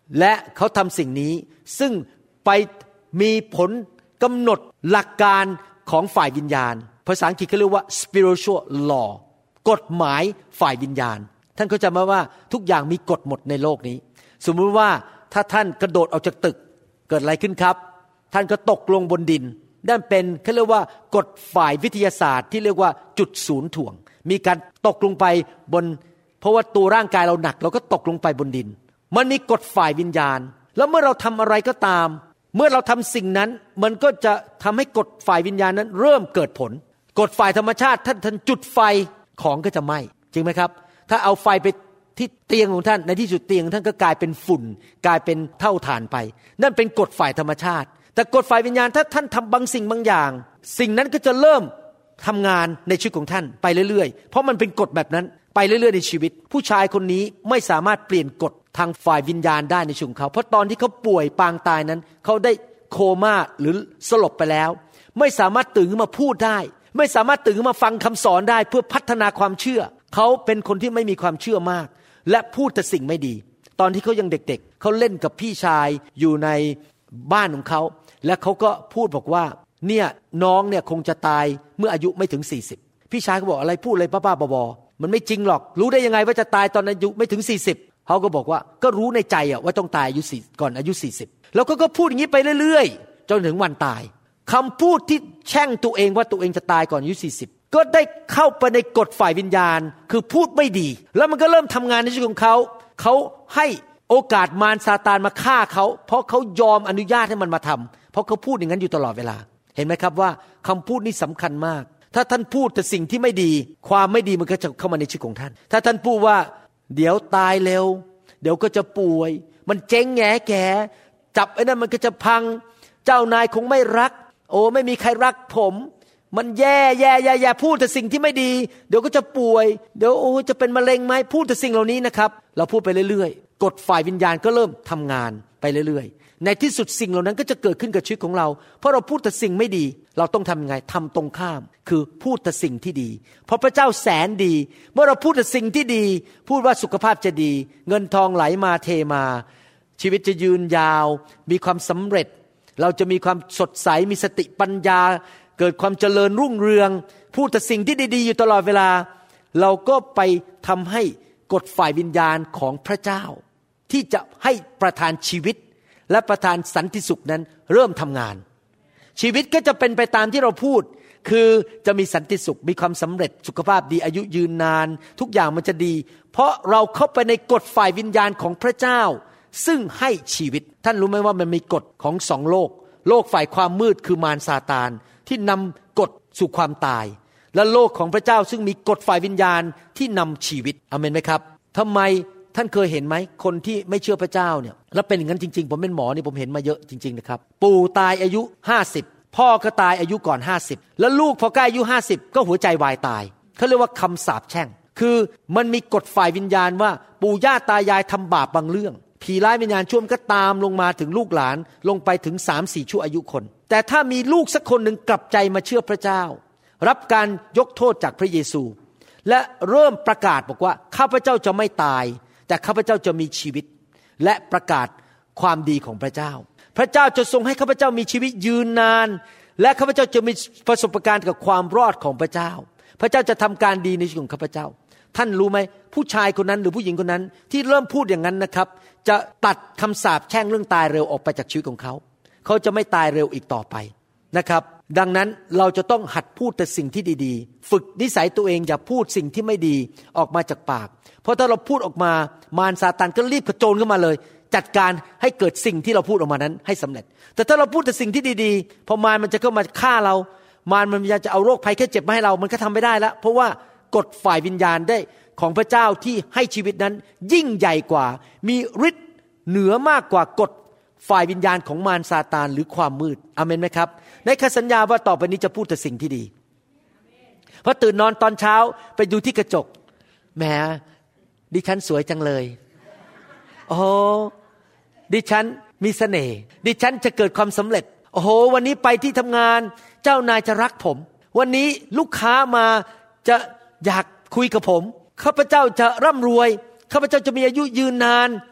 และเขาทำสิ่งนี้ซึ่งไปมีผลกำหนดหลักการของฝ่ายวิญญาณภาษาอังกฤษเขาเรียกว่า spiritual law กฎหมายฝ่ายวิญญาณท่านเข้าใจไหมว่าทุกอย่างมีกฎหมดในโลกนี้สมมุติว่าถ้าท่านกระโดดออกจากตึกเกิดอะไรขึ้นครับท่านก็ตกลงบนดินนั่นเป็นเขาเรียกว่ากฎฝ่ายวิทยาศาสตร์ที่เรียกว่าจุดศูนย์ถ่วงมีการตกลงไปบนเพราะว่าตัวร่างกายเราหนักเราก็ตกลงไปบนดินมันมีกฎฝ่ายวิญญาณแล้วเมื่อเราทำอะไรก็ตามเมื่อเราทำสิ่งนั้นมันก็จะทำให้กฎฝ่ายวิญญาณนั้นเริ่มเกิดผลกฎฝ่ายธรรมชาติท่านท่านจุดไฟของก็จะไหม้จริงไหมครับถ้าเอาไฟไปที่เตียงของท่านในที่สุดเตียงท่านก็กลายเป็นฝุ่นกลายเป็นเท่าฐานไปนั่นเป็นกฎฝ่ายธรรมชาติแต่กฎฝ่ายวิญญาณถ้าท่านทำบางสิ่งบางอย่างสิ่งนั้นก็จะเริ่มทำงานในชีวิตของท่านไปเรื่อยๆเพราะมันเป็นกฎแบบนั้นไปเรื่อยๆในชีวิตผู้ชายคนนี้ไม่สามารถเปลี่ยนกฎทางฝ่ายวิญญาณได้ในชีวิตของเขาเพราะตอนที่เขาป่วยปางตายนั้นเขาได้โคม่าหรือสลบไปแล้วไม่สามารถตื่นขึ้นมาพูดได้ไม่สามารถตื่นขึ้นมาฟังคำสอนได้เพื่อพัฒนาความเชื่อเขาเป็นคนที่ไม่มีความเชื่อมากและพูดแต่สิ่งไม่ดีตอนที่เขายังเด็กๆเขาเล่นกับพี่ชายอยู่ในบ้านของเขาและเขาก็พูดบอกว่าเนี่ยน้องเนี่ยคงจะตายเมื่ออายุไม่ถึงสี่สิบพี่ชายก็บอกอะไรพูดอะไรบ้าๆบอๆมันไม่จริงหรอกรู้ได้ยังไงว่าจะตายตอนอายุไม่ถึงสี่สิบเขาก็บอกว่าก็รู้ในใจอ่ะว่าต้องตายอายุสี่ก่อนอายุสี่สิบแล้วก็ก็พูดอย่างนี้ไปเรื่อยๆจนถึงวันตายคำพูดที่แช่งตัวเองว่าตัวเองจะตายก่อนอายุสี่สิบก็ได้เข้าไปในกฎฝ่ายวิญญาณคือพูดไม่ดีแล้วมันก็เริ่มทำงานในชีวิตของเขาเขาให้โอกาสมารซาตานมาฆ่าเขาเพราะเขายอมอนุญาตให้มันมาทำเพราะเขาพูดอย่างนั้นอยู่ตลอดเวลาเห็นไหมครับว่าคำพูดนี้สำคัญมากถ้าท่านพูดแต่สิ่งที่ไม่ดีความไม่ดีมันก็จะเข้ามาในชีวิตของท่านถ้าท่านพูดว่าเดี๋ยวตายเร็วเดี๋ยวก็จะป่วยมันเจ๊งแง่แก่จับไอ้นั่นมันก็จะพังเจ้านายคงไม่รักโอ้ไม่มีใครรักผมมันแย่แย่แย่แย่พูดแต่สิ่งที่ไม่ดีเดี๋ยวก็จะป่วยเดี๋ยวโอ้จะเป็นมะเร็งไหมพูดแต่สิ่งเหล่านี้นะครับเราพูดไปเรื่อยๆกฎฝ่ายวิญญาณก็เริ่มทำงานไปเรื่อยๆในที่สุดสิ่งเหล่านั้นก็จะเกิดขึ้นกับชีวิตของเราเพราะเราพูดแต่สิ่งไม่ดีเราต้องทำยังไงทำตรงข้ามคือพูดแต่สิ่งที่ดีเพราะพระเจ้าแสนดีเมื่อเราพูดแต่สิ่งที่ดีพูดว่าสุขภาพจะดีเงินทองไหลมาเทมาชีวิตจะยืนยาวมีความสำเร็จเราจะมีความสดใสมีสติปัญญาเกิดความเจริญรุ่งเรืองพูดแต่สิ่งที่ดีๆอยู่ตลอดเวลาเราก็ไปทำให้กฎฝ่ายวิญญาณของพระเจ้าที่จะให้ประทานชีวิตและประทานสันติสุขนั้นเริ่มทำงานชีวิตก็จะเป็นไปตามที่เราพูดคือจะมีสันติสุขมีความสำเร็จสุขภาพดีอายุยืนนานทุกอย่างมันจะดีเพราะเราเข้าไปในกฎฝ่ายวิญญาณของพระเจ้าซึ่งให้ชีวิตท่านรู้ไหมว่ามันมีกฎของสองโลกโลกฝ่ายความมืดคือมารซาตานที่นำกฎสู่ความตายและโลกของพระเจ้าซึ่งมีกฎฝ่ายวิญญาณที่นำชีวิตอาเมนไหมครับทำไมท่านเคยเห็นไหมคนที่ไม่เชื่อพระเจ้าเนี่ยแล้วเป็นอย่างนั้นจริงๆผมเป็นหมอนี่ผมเห็นมาเยอะจริงๆนะครับปู่ตายอายุห้าสิบพ่อก็ตายอายุก่อนห้าสิบแล้วลูกพอใกล้อายุห้าสิบก็หัวใจวายตายเขาเรียกว่าคำสาปแช่งคือมันมีกฎฝ่ายวิญญาณว่าปู่ย่าตายายทำบาปบางเรื่องผีร้ายวิญญาณชั่วมันก็ตามลงมาถึงลูกหลานลงไปถึง สามสี่ ชั่วอายุคนแต่ถ้ามีลูกสักคนหนึ่งกลับใจมาเชื่อพระเจ้ารับการยกโทษจากพระเยซูและเริ่มประกาศบอกว่าข้าพเจ้าจะไม่ตายแต่ข้าพเจ้าจะมีชีวิตและประกาศความดีของพระเจ้าพระเจ้าจะทรงให้ข้าพเจ้ามีชีวิตยืนนานและข้าพเจ้าจะมีประสบการณ์กับความรอดของพระเจ้าพระเจ้าจะทำการดีในชีวิตของข้าพเจ้าท่านรู้ไหมผู้ชายคนนั้นหรือผู้หญิงคนนั้นที่เริ่มพูดอย่างนั้นนะครับจะตัดคำสาปแช่งเรื่องตายเร็วออกไปจากชีวิตของเขาเขาจะไม่ตายเร็วอีกต่อไปนะครับดังนั้นเราจะต้องหัดพูดแต่สิ่งที่ดีๆฝึกนิสัยตัวเองอย่าพูดสิ่งที่ไม่ดีออกมาจากปากเพราะถ้าเราพูดออกมามารซาตานก็รีบกระโจนเข้ามาเลยจัดการให้เกิดสิ่งที่เราพูดออกมานั้นให้สำเร็จแต่ถ้าเราพูดแต่สิ่งที่ดีๆพอมารมันจะเข้ามาฆ่าเรามารมันพยายามจะเอาโรคภัยแค่เจ็บมาให้เรามันก็ทำไม่ได้แล้วเพราะว่ากฎฝ่ายวิญญาณได้ของพระเจ้าที่ให้ชีวิตนั้นยิ่งใหญ่กว่ามีฤทธิ์เหนือมากกว่ากฎฝ่ายวิญญาณของมารซาตานหรือความมืดอาเมนไหมครับในข้าสัญญาว่าต่อไปนี้จะพูดแต่สิ่งที่ดีพอตื่นนอนตอนเช้าไปดูที่กระจกแหมดิฉันสวยจังเลยโอ้ดิฉันมีเสน่ห์ดิฉันจะเกิดความสำเร็จโอ้โหวันนี้ไปที่ทำงานเจ้านายจะรักผมวันนี้ลูกค้ามาจะอยากคุยกับผมข้าพเจ้าจะร่ำรวยข้าพเจ้าจะมีอายุยืนนาน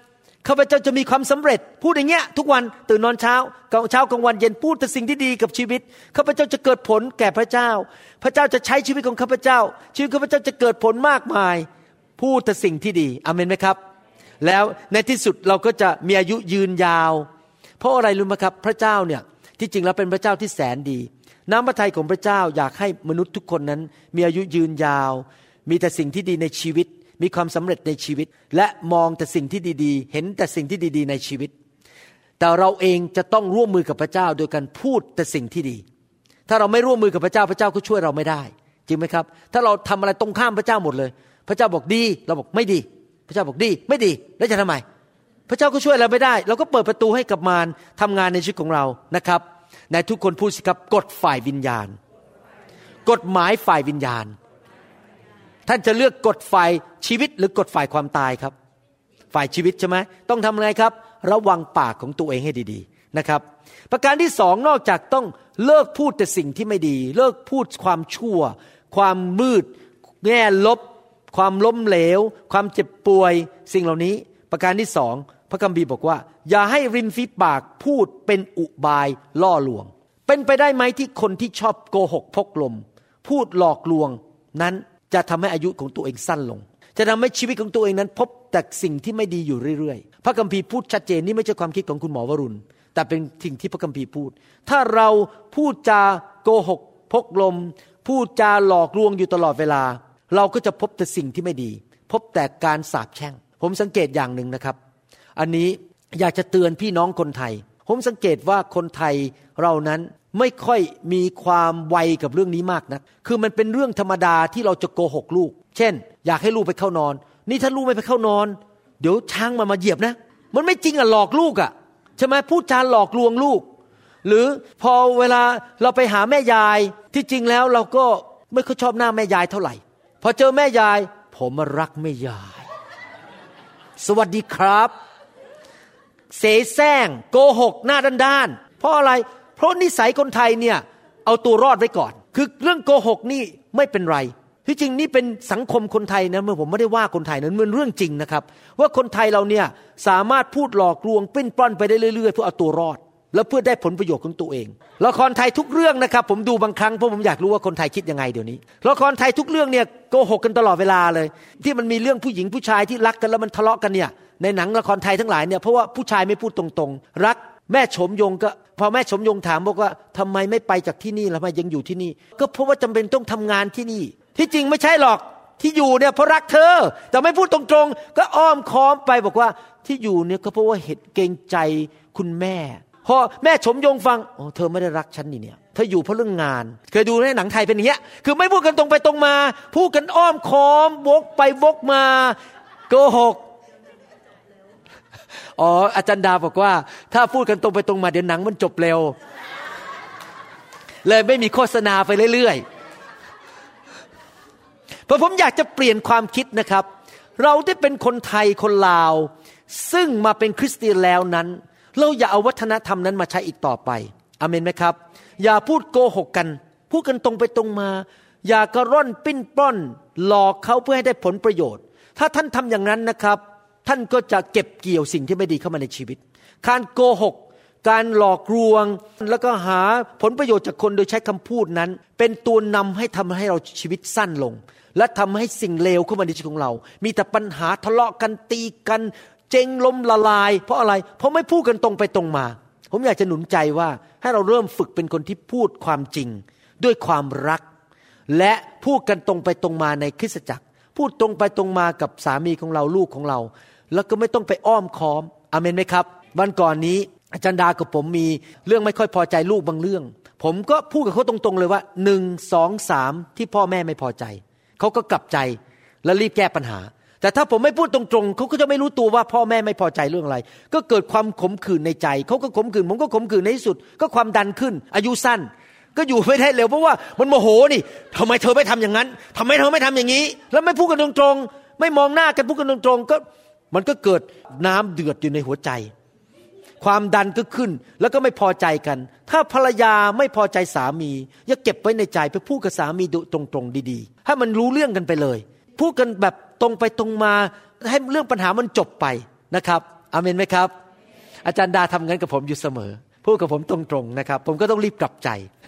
ข้าพเจ้าจะมีความสำเร็จพูดอย่างเงี้ยทุกวันตื่นนอนเช้ากลางเช้ากลางวันเย็นพูดแต่สิ่งที่ดีกับชีวิตข้าพเจ้าจะเกิดผลแก่พระเจ้าพระเจ้าจะใช้ชีวิตของข้าพเจ้าชีวิตข้าพเจ้าจะเกิดผลมากมายพูดแต่สิ่งที่ดีอาเมนไหมครับแล้วในที่สุดเราก็จะมีอายุยืนยาวเพราะอะไรรู้ไหมครับพระเจ้าเนี่ยที่จริงแล้วเป็นพระเจ้าที่แสนดีน้ำพระทัยของพระเจ้าอยากให้มนุษย์ทุกคนนั้นมีอายุยืนยาวมีแต่สิ่งที่ดีในชีวิตมีความสำเร็จในชีวิตและมองแต่สิ่งที่ดีๆเห็นแต่สิ่งที่ดีๆในชีวิตแต่เราเองจะต้องร่วมมือกับพระเจ้าโดยการพูดแต่สิ่งที่ดีถ้าเราไม่ร่วมมือกับพระเจ้าพระเจ้าก็ช่วยเราไม่ได้จริงไหมครับถ้าเราทำอะไรตรงข้ามพระเจ้าหมดเลยพระเจ้าบอกดีเราบอกไม่ดีพระเจ้าบอกดีไม่ดีแล้วจะทำไมพระเจ้าก็ช่วยเราไม่ได้เราก็เปิดประตูให้กับมารทำงานในชีวิตของเรานะครับในทุกคนพูดสิครับกฎฝ่ายวิญญาณกฎหมายฝ่ายวิญญาณท่านจะเลือกกฎฝ่ายชีวิตหรือกฎฝ่ายความตายครับฝ่ายชีวิตใช่ไหมต้องทำอะไรครับระวังปากของตัวเองให้ดีๆนะครับประการที่สองนอกจากต้องเลิกพูดแต่สิ่งที่ไม่ดีเลิกพูดความชั่วความมืดแง่ลบความล้มเหลวความเจ็บป่วยสิ่งเหล่านี้ประการที่สองพระคัมภีร์บอกว่าอย่าให้ริมฝีปากพูดเป็นอุบายล่อลวงเป็นไปได้ไหมที่คนที่ชอบโกหกพกลมพูดหลอกลวงนั้นจะทำให้อายุของตัวเองสั้นลงจะทำให้ชีวิตของตัวเองนั้นพบแต่สิ่งที่ไม่ดีอยู่เรื่อยๆพระคัมภีร์พูดชัดเจนนี่ไม่ใช่ความคิดของคุณหมอวรุณแต่เป็นสิ่งที่พระคัมภีร์พูดถ้าเราพูดจาโกหกพกลมพูดจาหลอกลวงอยู่ตลอดเวลาเราก็จะพบแต่สิ่งที่ไม่ดีพบแต่การสาปแช่งผมสังเกตอย่างหนึ่งนะครับอันนี้อยากจะเตือนพี่น้องคนไทยผมสังเกตว่าคนไทยเรานั้นไม่ค่อยมีความไวกับเรื่องนี้มากนะคือมันเป็นเรื่องธรรมดาที่เราจะโกหกลูกเช่นอยากให้ลูกไปเข้านอนนี่ถ้าลูกไม่ไปเข้านอนเดี๋ยวช้างมันมาเหยียบนะมันไม่จริงอ่ะหลอกลูกอ่ะใช่ไหมพูดจาหลอกลวงลูกหรือพอเวลาเราไปหาแม่ยายที่จริงแล้วเราก็ไม่ค่อยชอบหน้าแม่ยายเท่าไหร่พอเจอแม่ยายผมรักแม่ยายสวัสดีครับเสแสร้งโกหกหน้าด้านๆเพราะอะไรเพราะนิสัยคนไทยเนี่ยเอาตัวรอดไว้ก่อนคือเรื่องโกหกนี่ไม่เป็นไรที่จริงนี่เป็นสังคมคนไทยนะเมื่อผมไม่ได้ว่าคนไทยนั้นมันเรื่องจริงนะครับว่าคนไทยเราเนี่ยสามารถพูดหลอกลวงปลิ้นปล้อนไปได้เรื่อยๆเพื่อเอาตัวรอดแล้วเพื่อได้ผลประโยชน์ของตัวเองละครไทยทุกเรื่องนะครับผมดูบางครั้งเพราะผมอยากรู้ว่าคนไทยคิดยังไงเดี๋ยวนี้ละครไทยทุกเรื่องเนี่ยโกหกกันตลอดเวลาเลยที่มันมีเรื่องผู้หญิงผู้ชายที่รักกันแล้วมันทะเลาะกันเนี่ยในหนังละครไทยทั้งหลายเนี่ยเพราะว่าผู้ชายไม่พูดตรงๆรักแม่ชมยงก็พอแม่ชมยงถามบอกว่าทำไมไม่ไปจากที่นี่แล้วทำไมยังอยู่ที่นี่ก็เพราะว่าจำเป็นต้องทำงานที่นี่ที่จริงไม่ใช่หรอกที่อยู่เนี่ยเพราะรักเธอแต่ไม่พูดตรงๆก็อ้อมค้อมไปบอกว่าที่อยู่เนี่ยก็เพราะว่าเหตุเกรงใจคุณแม่พอแม่ชมยงฟังอ๋อเธอไม่ได้รักฉันนี่เนี่ยเธออยู่เพราะเรื่องงานเคยดูในหนังไทยเป็นอย่างเงี้ยคือไม่พูดกันตรงไปตรงมาพูดกันอ้อมค้อมวกไปวกมาโกหกอ๋ออาจารย์ดาบอกว่าถ้าพูดกันตรงไปตรงมาเดี๋ยวหนังมันจบเร็วเลยไม่มีโฆษณาไปเรื่อยๆเพราะผมอยากจะเปลี่ยนความคิดนะครับเราที่เป็นคนไทยคนลาวซึ่งมาเป็นคริสเตียนแล้วนั้นเราอย่าเอาวัฒนธรรมนั้นมาใช้อีกต่อไปอาเมนไหมครับอย่าพูดโกหกกันพูดกันตรงไปตรงมาอย่ากระร่อนปิ้นปล้อนหลอกเขาเพื่อให้ได้ผลประโยชน์ถ้าท่านทำอย่างนั้นนะครับท่านก็จะเก็บเกี่ยวสิ่งที่ไม่ดีเข้ามาในชีวิตการโกหกการหลอกลวงแล้วก็หาผลประโยชน์จากคนโดยใช้คำพูดนั้นเป็นตัวนำให้ทำให้เราชีวิตสั้นลงและทำให้สิ่งเลวเข้ามาในชีวิตของเรามีแต่ปัญหาทะเลาะกันตีกันเจ๊งล้มละลายเพราะอะไรเพราะไม่พูดกันตรงไปตรงมาผมอยากจะหนุนใจว่าให้เราเริ่มฝึกเป็นคนที่พูดความจริงด้วยความรักและพูดกันตรงไปตรงมาในคริสตจักรพูดตรงไปตรงมากับสามีของเราลูกของเราแล้วก็ไม่ต้องไปอ้อมค้อมอาเมนไหมครับวันก่อนนี้อาจารย์ดากับผมมีเรื่องไม่ค่อยพอใจลูกบางเรื่องผมก็พูดกับเขาตรงๆเลยว่าหนึ่ง สอง สามที่พ่อแม่ไม่พอใจเขาก็กลับใจและรีบแก้ปัญหาแต่ถ้าผมไม่พูดตรงๆเขาก็จะไม่รู้ตัวว่าพ่อแม่ไม่พอใจเรื่องอะไรก็เกิดความขมขื่นในใจเขาก็ขมขื่นผมก็ขมขื่นในที่สุดก็ความดันขึ้นอายุสั้นก็อยู่ไม่ได้เร็วเพราะว่ามันโมโหนี่ทำไมเธอไม่ทำอย่างนั้นทำไมเธอไม่ทำอย่างนี้แล้วไม่พูดกันตรงๆไม่มองหน้ากันพูดกันตรงๆก็มันก็เกิดน้ำเดือดอยู่ในหัวใจความดันก็ขึ้นแล้วก็ไม่พอใจกันถ้าภรรยาไม่พอใจสามีอย่าเก็บไว้ในใจไปพูดกับสามีตรงๆดีๆให้มันรู้เรื่องกันไปเลยพูดกันแบบตรงไปตรงมาให้เรื่องปัญหามันจบไปนะครับอาเมนไหมครับอาจารย์ดาทำงั้นกับผมอยู่เสมอพูดกับผมตรงๆนะครับผมก็ต้องรีบกลับใจ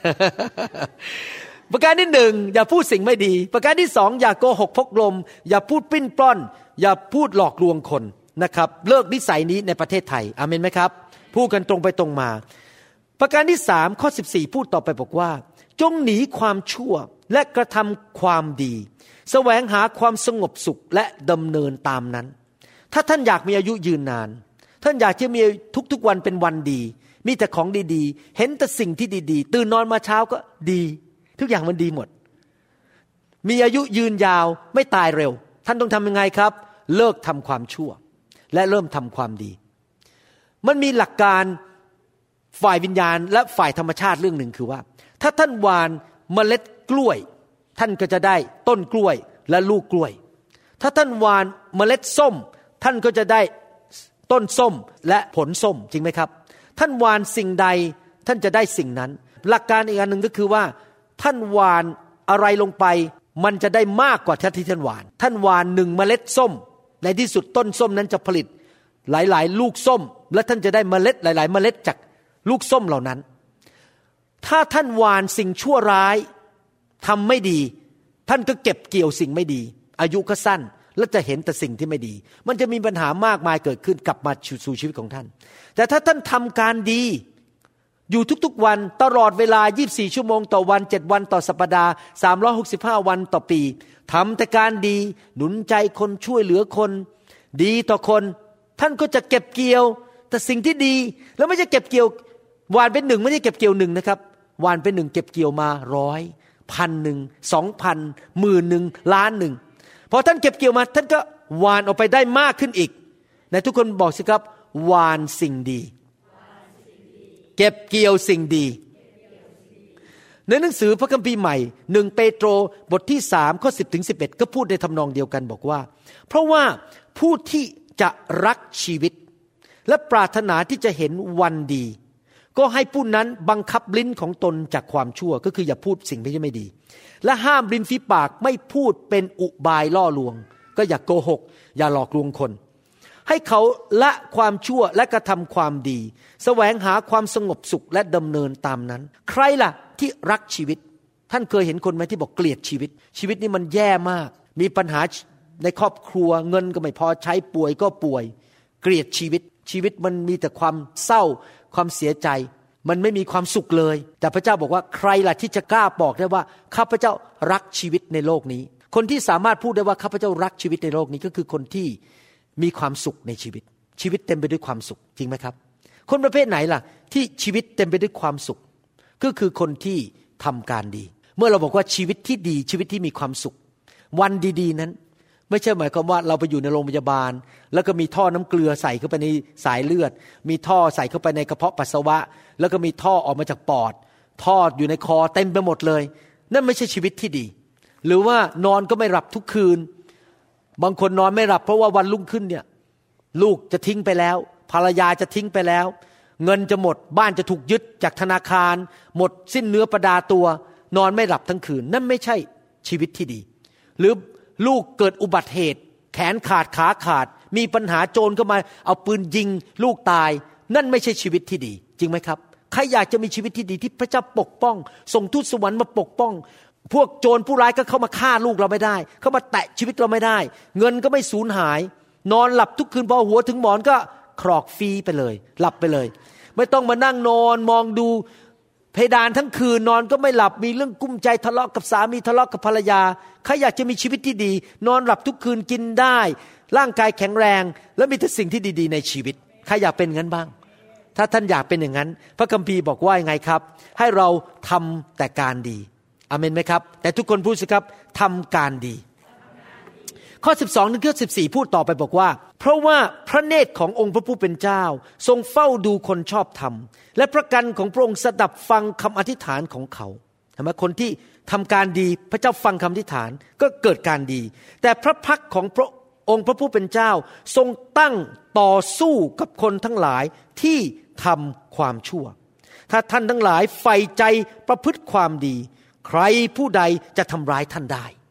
ประการที่หนึ่งอย่าพูดสิ่งไม่ดีประการที่สองอย่าโกหกพกลมอย่าพูดปิ้นปล้อนอย่าพูดหลอกลวงคนนะครับเลิกนิสัยนี้ในประเทศไทยอาเมนไหมครับพูดกันตรงไปตรงมาประการที่สามข้อสิบสี่พูดต่อไปบอกว่าจงหนีความชั่วและกระทำความดีแสวงหาความสงบสุขและดำเนินตามนั้นถ้าท่านอยากมีอายุยืนนานท่านอยากจะมีทุกๆวันเป็นวันดีมีแต่ของดีๆเห็นแต่สิ่งที่ดีๆตื่นนอนมาเช้าก็ดีทุกอย่างมันดีหมดมีอายุยืนยาวไม่ตายเร็วท่านต้องทำยังไงครับเลิกทำความชั่วและเริ่มทำความดีมันมีหลักการฝ่ายวิญญาณและฝ่ายธรรมชาติเรื่องหนึ่งคือว่าถ้าท่านหว่านเมล็ดกล้วยท่านก็จะได้ต้นกล้วยและลูกกล้วยถ้าท่านหว่านเมล็ดส้มท่านก็จะได้ต้นส้มและผลส้มจริงไหมครับท่านหว่านสิ่งใดท่านจะได้สิ่งนั้นหลักการอีกอันหนึ่งก็คือว่าท่านหว่านอะไรลงไปมันจะได้มากกว่าที่ท่านหว่านท่านหว่านหนึ่งเมล็ดส้มในที่สุดต้นส้มนั้นจะผลิตหลายๆลูกส้มและท่านจะได้เมล็ดหลายๆเมล็ดจากลูกส้มเหล่านั้นถ้าท่านหว่านสิ่งชั่วร้ายทำไม่ดีท่านก็เก็บเกี่ยวสิ่งไม่ดีอายุก็สั้นและจะเห็นแต่สิ่งที่ไม่ดีมันจะมีปัญหามากมายเกิดขึ้นกลับมาสู่ชีวิตของท่านแต่ถ้าท่านทำการดีอยู่ทุกๆวันตลอดเวลายี่สิบสี่ชั่วโมงต่อวันเจ็ดวันต่อสัปดาห์สามร้อยหกสิบห้าวันต่อปีทำแต่การดีหนุนใจคนช่วยเหลือคนดีต่อคนท่านก็จะเก็บเกี่ยวแต่สิ่งที่ดีแล้วไม่ใช่เก็บเกี่ยวหวานเป็นหนึ่งไม่ใช่เก็บเกี่ยวหนึ่งนะครับหวานเป็นหนึ่งเก็บเกี่ยวมาร้อยพันหนึ่งสองพันหมื่นหนึ่งล้านหนึ่งพอท่านเก็บเกี่ยวมาท่านก็หวานออกไปได้มากขึ้นอีกในทุกคนบอกสิครับหวานสิ่งดีเก็บเกี่ยวสิ่งดีในหนังสือพระคัมภีร์ใหม่หนึ่งเปโตรบทที่สามข้อสิบถึงสิบเอ็ดก็พูดในทำนองเดียวกันบอกว่าเพราะว่าผู้ที่จะรักชีวิตและปรารถนาที่จะเห็นวันดีก็ให้ผู้นั้นบังคับลิ้นของตนจากความชั่วก็คืออย่าพูดสิ่งที่ไม่ดีและห้ามริมฝีปากไม่พูดเป็นอุบายล่อลวงก็อย่าโกหกอย่าหลอกลวงคนให้เขาละความชั่วและกระทำความดีแสวงหาความสงบสุขและดำเนินตามนั้นใครล่ะที่รักชีวิตท่านเคยเห็นคนไหมที่บอกเกลียดชีวิตชีวิตนี้มันแย่มากมีปัญหาในครอบครัวเงินก็ไม่พอใช้ป่วยก็ป่วยเกลียดชีวิตชีวิตมันมีแต่ความเศร้าความเสียใจมันไม่มีความสุขเลยแต่พระเจ้าบอกว่าใครล่ะที่จะกล้าบอกได้ว่าข้าพเจ้ารักชีวิตในโลกนี้คนที่สามารถพูดได้ว่าข้าพเจ้ารักชีวิตในโลกนี้ก็คือคนที่มีความสุขในชีวิตชีวิตเต็มไปด้วยความสุขจริงไหมครับคนประเภทไหนล่ะที่ชีวิตเต็มไปด้วยความสุขก็คือคนที่ทำการดีเมื่อเราบอกว่าชีวิตที่ดีชีวิตที่มีความสุขวันดีๆนั้นไม่ใช่หมายความว่าเราไปอยู่ในโรงพยาบาลแล้วก็มีท่อน้ำเกลือใส่เข้าไปในสายเลือดมีท่อใส่เข้าไปในกระเพาะปัสสาวะแล้วก็มีท่อออกมาจากปอดท่ออยู่ในคอเต็มไปหมดเลยนั่นไม่ใช่ชีวิตที่ดีหรือว่านอนก็ไม่หลับทุกคืนบางคนนอนไม่หลับเพราะว่าวันรุ่งขึ้นเนี่ยลูกจะทิ้งไปแล้วภรรยาจะทิ้งไปแล้วเงินจะหมดบ้านจะถูกยึดจากธนาคารหมดสิ้นเนื้อประดาตัวนอนไม่หลับทั้งคืนนั่นไม่ใช่ชีวิตที่ดีหรือลูกเกิดอุบัติเหตุแขนขาดขาขาดมีปัญหาโจรเข้ามาเอาปืนยิงลูกตายนั่นไม่ใช่ชีวิตที่ดีจริงไหมครับใครอยากจะมีชีวิตที่ดีที่พระเจ้าปกป้องส่งทูตสวรรค์มาปกป้องพวกโจรผู้ร้ายก็เข้ามาฆ่าลูกเราไม่ได้เข้ามาแตะชีวิตเราไม่ได้เงินก็ไม่สูญหายนอนหลับทุกคืนพอหัวถึงหมอนก็ครอกฟรีไปเลยหลับไปเลยไม่ต้องมานั่งนอนมองดูเพดานทั้งคืนนอนก็ไม่หลับมีเรื่องกุ้มใจทะเลาะกับสามีทะเลาะกับภรรยาใครอยากจะมีชีวิตที่ดีนอนหลับทุกคืนกินได้ร่างกายแข็งแรงและมีแต่สิ่งที่ดีๆในชีวิตใครอยากเป็นงั้นบ้างถ้าท่านอยากเป็นอย่างนั้นพระคัมภีร์บอกว่ายังไงครับให้เราทำแต่การดีอาเมนไหมครับแต่ทุกคนพูดสิครับทำการดีข้อสิบสองถึงข้อสิบสี่พูดต่อไปบอกว่าเพราะว่าพระเนตรขององค์พระผู้เป็นเจ้าทรงเฝ้าดูคนชอบธรรมและพระกันของพระองค์สดับฟังคำอธิษฐานของเขาเห็นไหมคนที่ทำการดีพระเจ้าฟังคำอธิษฐานก็เกิดการดีแต่พระพักของพระองค์พระผู้เป็นเจ้าทรงตั้งต่อสู้กับคนทั้งหลายที่ทำความชั่วถ้าท่านทั้งหลายใฝ่ใจประพฤติความดีใครผู้ใดจะทำร้ายท่านได้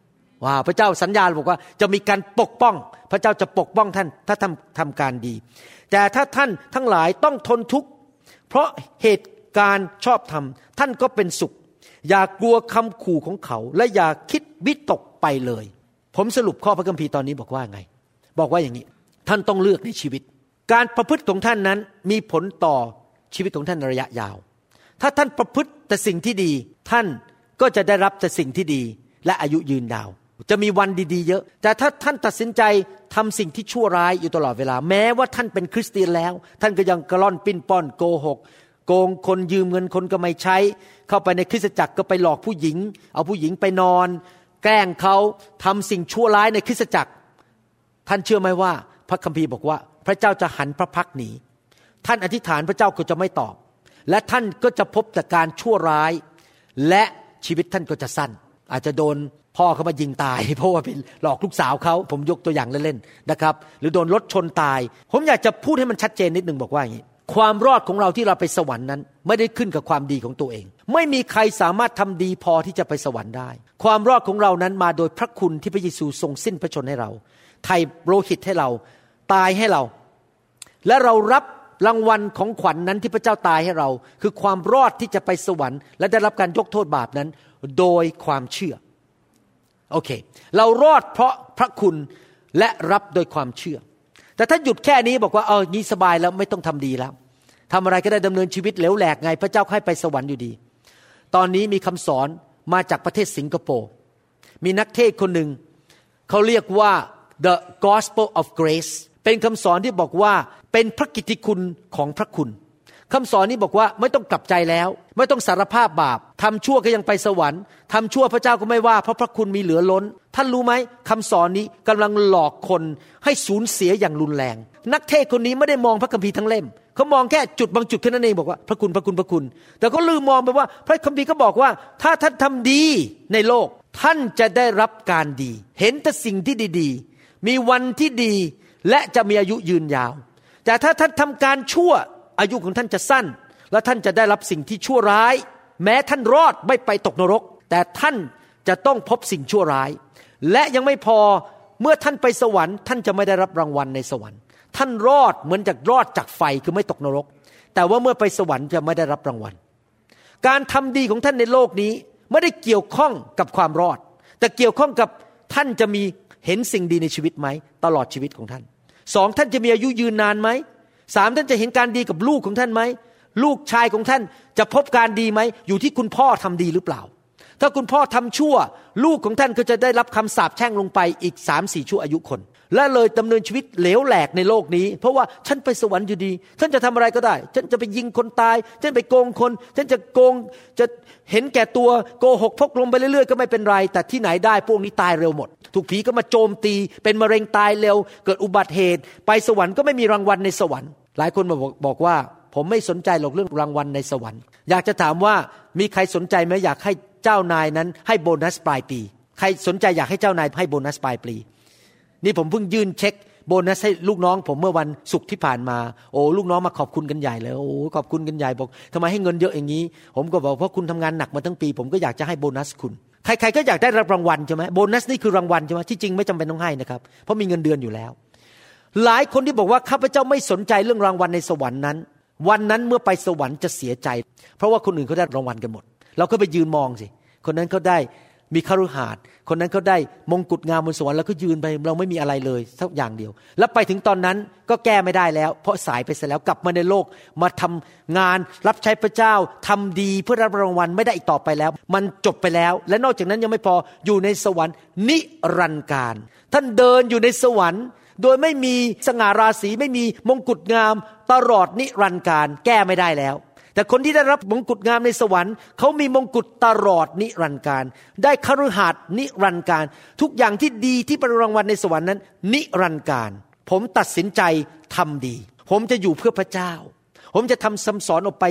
ว่าพระเจ้าสัญญาบอกว่าจะมีการปกป้องพระเจ้าจะปกป้องท่านถ้าทำทำการดีแต่ถ้าท่านทั้งหลายต้องทนทุกข์เพราะเหตุการณ์ชอบธรรมท่านก็เป็นสุขอย่ากลัวคำขู่ของเขาและอย่าคิดวิตกไปเลยผมสรุปข้อพระคัมภีร์ตอนนี้บอกว่าไงบอกว่าอย่างนี้ท่านต้องเลือกในชีวิตการประพฤติของท่านนั้นมีผลต่อชีวิตของท่านในระยะยาวถ้าท่านประพฤติแต่สิ่งที่ดีท่านก็จะได้รับแต่สิ่งที่ดีและอายุยืนยาวจะมีวันดีๆเยอะแต่ถ้าท่านตัดสินใจทำสิ่งที่ชั่วร้ายอยู่ตลอดเวลาแม้ว่าท่านเป็นคริสเตียนแล้วท่านก็ยังกระล่อนปิ้นป้อนโกหกโกงคนยืมเงินคนก็ไม่ใช้เข้าไปในคริสตจักรก็ไปหลอกผู้หญิงเอาผู้หญิงไปนอนแกล้งเขาทำสิ่งชั่วร้ายในคริสตจักรท่านเชื่อไหมว่าพระคัมภีร์บอกว่าพระเจ้าจะหันพระพักตร์หนีท่านอธิษฐานพระเจ้าก็จะไม่ตอบและท่านก็จะพบแต่การชั่วร้ายและชีวิตท่านก็จะสั้นอาจจะโดนพ่อเขามายิงตายเพราะว่าไปหลอกลูกสาวเขาผมยกตัวอย่างเล่นๆนะครับหรือโดนรถชนตายผมอยากจะพูดให้มันชัดเจนนิดนึงบอกว่าอย่างนี้ความรอดของเราที่เราไปสวรรค์นั้นไม่ได้ขึ้นกับความดีของตัวเองไม่มีใครสามารถทำดีพอที่จะไปสวรรค์ได้ความรอดของเรานั้นมาโดยพระคุณที่พระเยซูทรงสิ้นพระชนให้เราไถ่โลหิตให้เราตายให้เราและเรารับรางวัลของขวัญ นั้นที่พระเจ้าตายให้เราคือความรอดที่จะไปสวรรค์และได้รับการยกโทษบาปนั้นโดยความเชื่อโอเคเรารอดเพราะพระคุณและรับโดยความเชื่อแต่ถ้าหยุดแค่นี้บอกว่าเออนี่สบายแล้วไม่ต้องทำดีแล้วทำอะไรก็ได้ดำเนินชีวิตเหลวแหลกไงพระเจ้าให้ไปสวรรค์อยู่ดีตอนนี้มีคำสอนมาจากประเทศสิงคโปร์มีนักเทศคนหนึ่งเขาเรียกว่า The Gospel of Grace เป็นคำสอนที่บอกว่าเป็นพระกิตติคุณของพระคุณคำสอนนี้บอกว่าไม่ต้องกลับใจแล้วไม่ต้องสารภาพบาปทำชั่วก็ยังไปสวรรค์ทำชั่วพระเจ้าก็ไม่ว่าเพราะพระคุณมีเหลือล้นท่านรู้ไหมคำสอนนี้กำลังหลอกคนให้สูญเสียอย่างรุนแรงนักเทศคนนี้ไม่ได้มองพระคัมภีร์ทั้งเล่มเขามองแค่จุดบางจุดแค่นั้นเองบอกว่าพระคุณพระคุณพระคุณแต่เขาลืมมองไปว่าพระคัมภีร์ก็บอกว่าถ้าท่านทำดีในโลกท่านจะได้รับการดีเห็นแต่สิ่งที่ดีๆมีวันที่ดีและจะมีอายุยืนยาวแต่ถ้าท่านทำการชั่วอายุของท่านจะสั้นและท่านจะได้รับสิ่งที่ชั่วร้ายแม้ท่านรอดไม่ไปตกนรกแต่ท่านจะต้องพบสิ่งชั่วร้ายและยังไม่พอเมื่อท่านไปสวรรค์ท่านจะไม่ได้รับรางวัลในสวรรค์ท่านรอดเหมือนจากรอดจากไฟคือไม่ตกนรกแต่ว่าเมื่อไปสวรรค์จะไม่ได้รับรางวัลการทำดีของท่านในโลกนี้ไม่ได้เกี่ยวข้องกับความรอดแต่เกี่ยวข้องกับท่านจะมีเห็นสิ่งดีในชีวิตไหมตลอดชีวิตของท่านสองท่านจะมีอายุยืนนานไหมสามท่านจะเห็นการดีกับลูกของท่านไหมลูกชายของท่านจะพบการดีไหมอยู่ที่คุณพ่อทำดีหรือเปล่าถ้าคุณพ่อทำชั่วลูกของท่านก็จะได้รับคำสาปแช่งลงไปอีก สามสี่ ชั่วอายุคนและเลยดำเนินชีวิตเหลวแหลกในโลกนี้เพราะว่าฉันไปสวรรค์อยู่ดีฉันจะทำอะไรก็ได้ฉันจะไปยิงคนตายฉันไปโกงคนฉันจะโกงจะเห็นแก่ตัวโกหกพกลมไปเรื่อยๆก็ไม่เป็นไรแต่ที่ไหนได้พวกนี้ตายเร็วหมดถูกผีก็มาโจมตีเป็นมะเร็งตายเร็วเกิดอุบัติเหตุไปสวรรค์ก็ไม่มีรางวัลในสวรรค์หลายคนมาบอกบอกว่าผมไม่สนใจหรอกเรื่องรางวัลในสวรรค์อยากจะถามว่ามีใครสนใจไหมอยากให้เจ้านายนั้นให้โบนัสปลายปีใครสนใจอยากให้เจ้านายให้โบนัสปลายปีนี่ผมเพิ่งยื่นเช็คโบนัสให้ลูกน้องผมเมื่อวันศุกร์ที่ผ่านมาโอ้ลูกน้องมาขอบคุณกันใหญ่เลยโอ้ขอบคุณกันใหญ่บอกทำไมให้เงินเยอะอย่างนี้ผมก็บอกเพราะคุณทำงานหนักมาทั้งปีผมก็อยากจะให้โบนัสคุณใครๆก็อยากได้รับรางวัลใช่ไหมโบนัสนี่คือรางวัลใช่ไหมที่จริงไม่จำเป็นต้องให้นะครับเพราะมีเงินเดือนอยู่แล้วหลายคนที่บอกว่าข้าพเจ้าไม่สนใจเรื่องรางวัลในสวรรค์นั้นวันนั้นเมื่อไปสวรรค์จะเสียใจเพราะว่าคนอื่นเขาได้รางวัลกันหมดเราก็ไปยืนมองสิคนนั้นเขาได้มีคฤหาสน์คนนั้นเขาได้มงกุฎงามบนสวรรค์แล้วก็ยืนไปเราไม่มีอะไรเลยสักอย่างเดียวแล้วไปถึงตอนนั้นก็แก้ไม่ได้แล้วเพราะสายไปเสียแล้วกลับมาในโลกมาทำงานรับใช้พระเจ้าทำดีเพื่อรับรางวัลไม่ได้อีกต่อไปแล้วมันจบไปแล้วและนอกจากนั้นยังไม่พออยู่ในสวรรค์นิรันดร์กาลท่านเดินอยู่ในสวรรค์โดยไม่มีสง่าราศีไม่มีมงกุฎงามตลอดนิรันดร์กาลแก้ไม่ได้แล้วแต่คนที่ได้รับมงกุฎงามในสวรรค์เขามีมงกุฎตลอดนิรันดร์กาลได้คฤหาสน์นิรันดร์กาลทุกอย่างที่ดีที่เป็นรางวัลในสวรรค์นั้นนิรันดร์กาลผมตัดสินใจทำดีผมจะอยู่เพื่อพระเจ้าผมจะทำคำสอนออกไปไป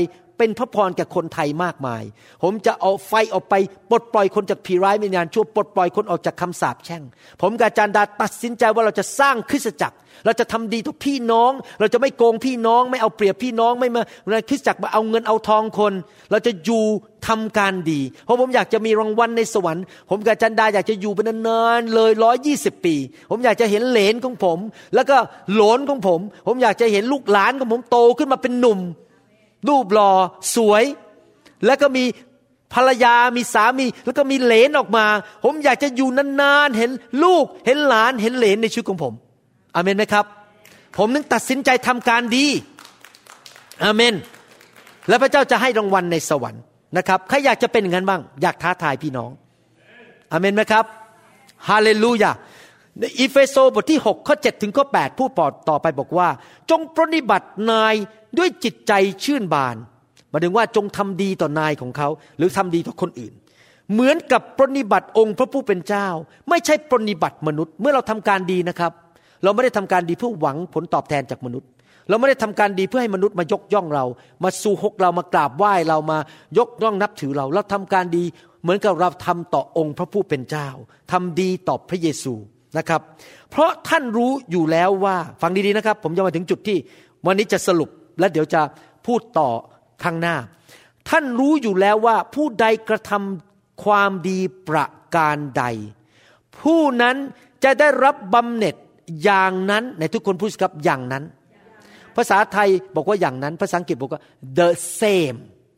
เป็นพระพรแก่คนไทยมากมายผมจะเอาไฟออกไปปลดปล่อยคนจากผีร้ายวิญญาณชั่วปลดปล่อยคนออกจากคำสาปแช่งผมกับอาจารย์ดาตัดสินใจว่าเราจะสร้างคริสตจักรเราจะทำดีต่อพี่น้องเราจะไม่โกงพี่น้องไม่เอาเปรียบพี่น้องไม่มาในคริสตจักรมาเอาเงินเอาทองคนเราจะอยู่ทำการดีเพราะผมอยากจะมีรางวัลในสวรรค์ผมกับอาจารย์ดาอยากจะอยู่เป็นนานๆเลยหนึ่งร้อยยี่สิบปีผมอยากจะเห็นเหลนของผมแล้วก็โหลนของผมผมอยากจะเห็นลูกหลานของผมโตขึ้นมาเป็นหนุ่มรูปหล่อสวยแล้วก็มีภรรยามีสามีแล้วก็มีเหลนออกมาผมอยากจะอยู่นานๆเห็นลูกเห็นหลานเห็นเหลนในชีวิตของผมอาเมนไหมครับผมนึกตัดสินใจทำการดีอาเมนและพระเจ้าจะให้รางวัลในสวรรค์นะครับใครอยากจะเป็นอย่างนั้นบ้างอยากท้าทายพี่น้องอาเมนไหมครับฮาเลลูยาในอีเฟโซบทที่หกข้อเจ็ดถึงข้อแปดผู้ปอดต่อไปบอกว่าจงปฏิบัตินายด้วยจิตใจชื่นบานหมายถึงว่าจงทำดีต่อนายของเขาหรือทำดีต่อคนอื่นเหมือนกับปฏิบัติองค์พระผู้เป็นเจ้าไม่ใช่ปฏิบัติมนุษย์เมื่อเราทำการดีนะครับเราไม่ได้ทำการดีเพื่อหวังผลตอบแทนจากมนุษย์เราไม่ได้ทำการดีเพื่อให้มนุษย์มายกย่องเรามาสู่ฮกเรามากราบไหว้เรามายกย่องนับถือเราเราทำการดีเหมือนกับเราทำต่อองค์พระผู้เป็นเจ้าทำดีต่อพระเยซูนะครับเพราะท่านรู้อยู่แล้วว่าฟังดีๆนะครับผมจะมาถึงจุดที่วันนี้จะสรุปและเดี๋ยวจะพูดต่อข้างหน้าท่านรู้อยู่แล้วว่าผู้ใดกระทำความดีประการใดผู้นั้นจะได้รับบำเหน็จอย่างนั้นในทุกคนพูดครับอย่างนั้นภาษาไทยบอกว่าอย่างนั้นภาษาอังกฤษบอกว่า the same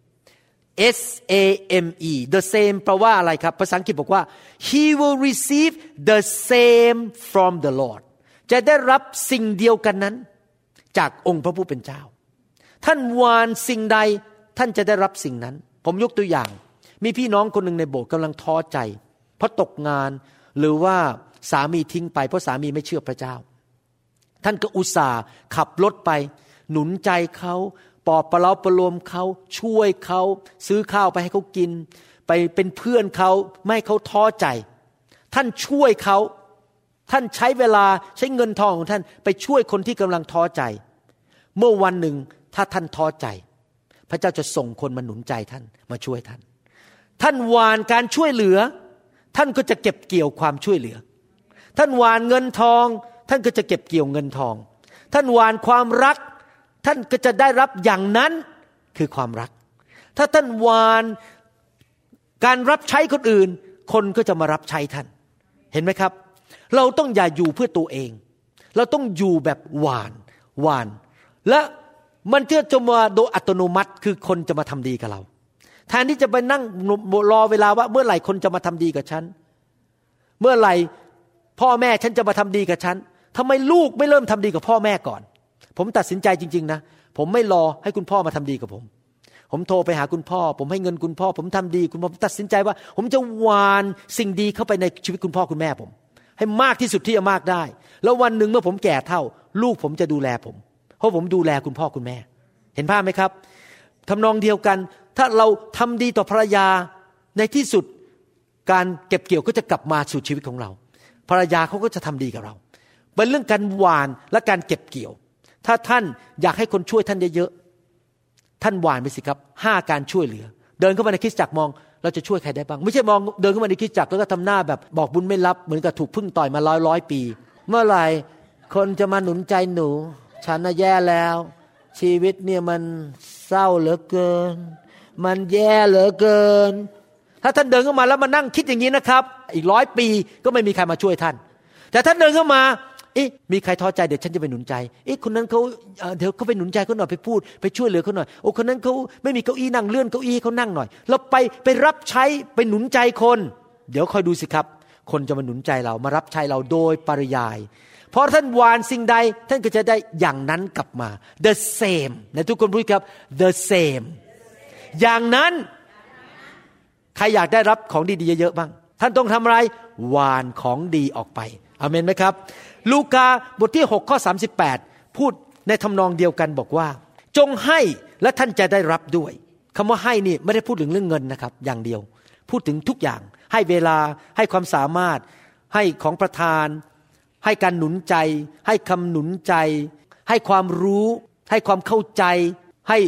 S A M E the same แปลว่าอะไรครับภาษาอังกฤษบอกว่า he will receive the same from the Lord จะได้รับสิ่งเดียวกันนั้นจากองค์พระผู้เป็นเจ้าท่านหว่านสิ่งใดท่านจะได้รับสิ่งนั้นผมยกตัวอย่างมีพี่น้องคนหนึ่งในโบสถ์กำลังท้อใจเพราะตกงานหรือว่าสามีทิ้งไปเพราะสามีไม่เชื่อพระเจ้าท่านก็อุตส่าห์ขับรถไปหนุนใจเขาปลอบประโลมประโลมเขาช่วยเขาซื้อข้าวไปให้เขากินไปเป็นเพื่อนเขาไม่ให้เขาท้อใจท่านช่วยเขาท่านใช้เวลาใช้เงินทองของท่านไปช่วยคนที่กำลังท้อใจเมื่อวันหนึ่งถ้าท่านท้อใจพระเจ้าจะส่งคนมาหนุนใจท่านมาช่วยท่านท่านหว่านการช่วยเหลือท่านก็จะเก็บเกี่ยวความช่วยเหลือท่านหว่านเงินทองท่านก็จะเก็บเกี่ยวเงินทองท่านหว่านความรักท่านก็จะได้รับอย่างนั้นคือความรักถ้าท่านหว่านการรับใช้คนอื่นคนก็จะมารับใช้ท่านเห็นไหมครับเราต้องอย่าอยู่เพื่อตัวเองเราต้องอยู่แบบหว่านหว่านและมันจะจะมาโดยอัตโนมัติคือคนจะมาทำดีกับเราแทนที่จะไปนั่งรอเวลาว่าเมื่อไหร่คนจะมาทำดีกับฉันเมื่อไหร่พ่อแม่ฉันจะมาทำดีกับฉันทำไมลูกไม่เริ่มทำดีกับพ่อแม่ก่อนผมตัดสินใจจริงๆนะผมไม่รอให้คุณพ่อมาทำดีกับผมผมโทรไปหาคุณพ่อผมให้เงินคุณพ่อผมทำดีคุณพ่อผมตัดสินใจว่าผมจะหว่านสิ่งดีเข้าไปในชีวิตคุณพ่อคุณแม่ผมให้มากที่สุดที่จะมากได้แล้ววันหนึ่งเมื่อผมแก่เฒ่าลูกผมจะดูแลผมเพราะผมดูแลคุณพ่อคุณแม่เห็นภาพไหมครับทำนองเดียวกันถ้าเราทำดีต่อภรรยาในที่สุดการเก็บเกี่ยวก็จะกลับมาสู่ชีวิตของเราภรรยาเขาก็จะทำดีกับเราเป็นเรื่องการหว่านและการเก็บเกี่ยวถ้าท่านอยากให้คนช่วยท่านเยอะๆท่านหว่านไปสิครับห้าการช่วยเหลือเดินเข้ามาในคริสตจักรมองเราจะช่วยใครได้บ้างไม่ใช่มองเดินเข้ามาในคริสตจักรแล้วก็ทำหน้าแบบบอกบุญไม่รับเหมือนกับถูกพึ่งต่อยมาร้อยร้อยปีเมื่อไหร่คนจะมาหนุนใจหนูฉันน่ะแย่แล้วชีวิตเนี่ยมันเศร้าเหลือเกินมันแย่เหลือเกินถ้าท่านเดินเข้ามาแล้วมานั่งคิดอย่างนี้นะครับอีกร้อยปีก็ไม่มีใครมาช่วยท่านแต่ท่านเดินเข้ามาเอ๊ะมีใครท้อใจเดี๋ยวฉันจะไปหนุนใจเอ๊ะคนนั้นเขาเดี๋ยวเขาไปหนุนใจเขาหน่อยไปพูดไปช่วยเหลือเขาหน่อยโอ้คนนั้นเขาไม่มีเก้าอี้นั่งเลื่อนเก้าอี้เขานั่งหน่อยเราไปไปรับใช้ไปหนุนใจคนเดี๋ยวคอยดูสิครับคนจะมาหนุนใจเรามารับใช้เราโดยปริยายเพราะท่านหว่านสิ่งใดท่านก็จะได้อย่างนั้นกลับมา the same ในทุกคนพูดครับ the same อย่างนั้นใครอยากได้รับของดีๆเยอะๆบ้างท่านต้องทำอะไรหว่านของดีออกไปอาเมนไหมครับลูกาบทที่หกข้อสามสิบแปดพูดในทำนองเดียวกันบอกว่าจงให้และท่านจะได้รับด้วยคำว่าให้นี่ไม่ได้พูดถึงเรื่องเงินนะครับอย่างเดียวพูดถึงทุกอย่างให้เวลาให้ความสามารถให้ของประทานให้การหนุนใจให้คำหนุนใจให้ความรู้ให้ความเข้าใจให้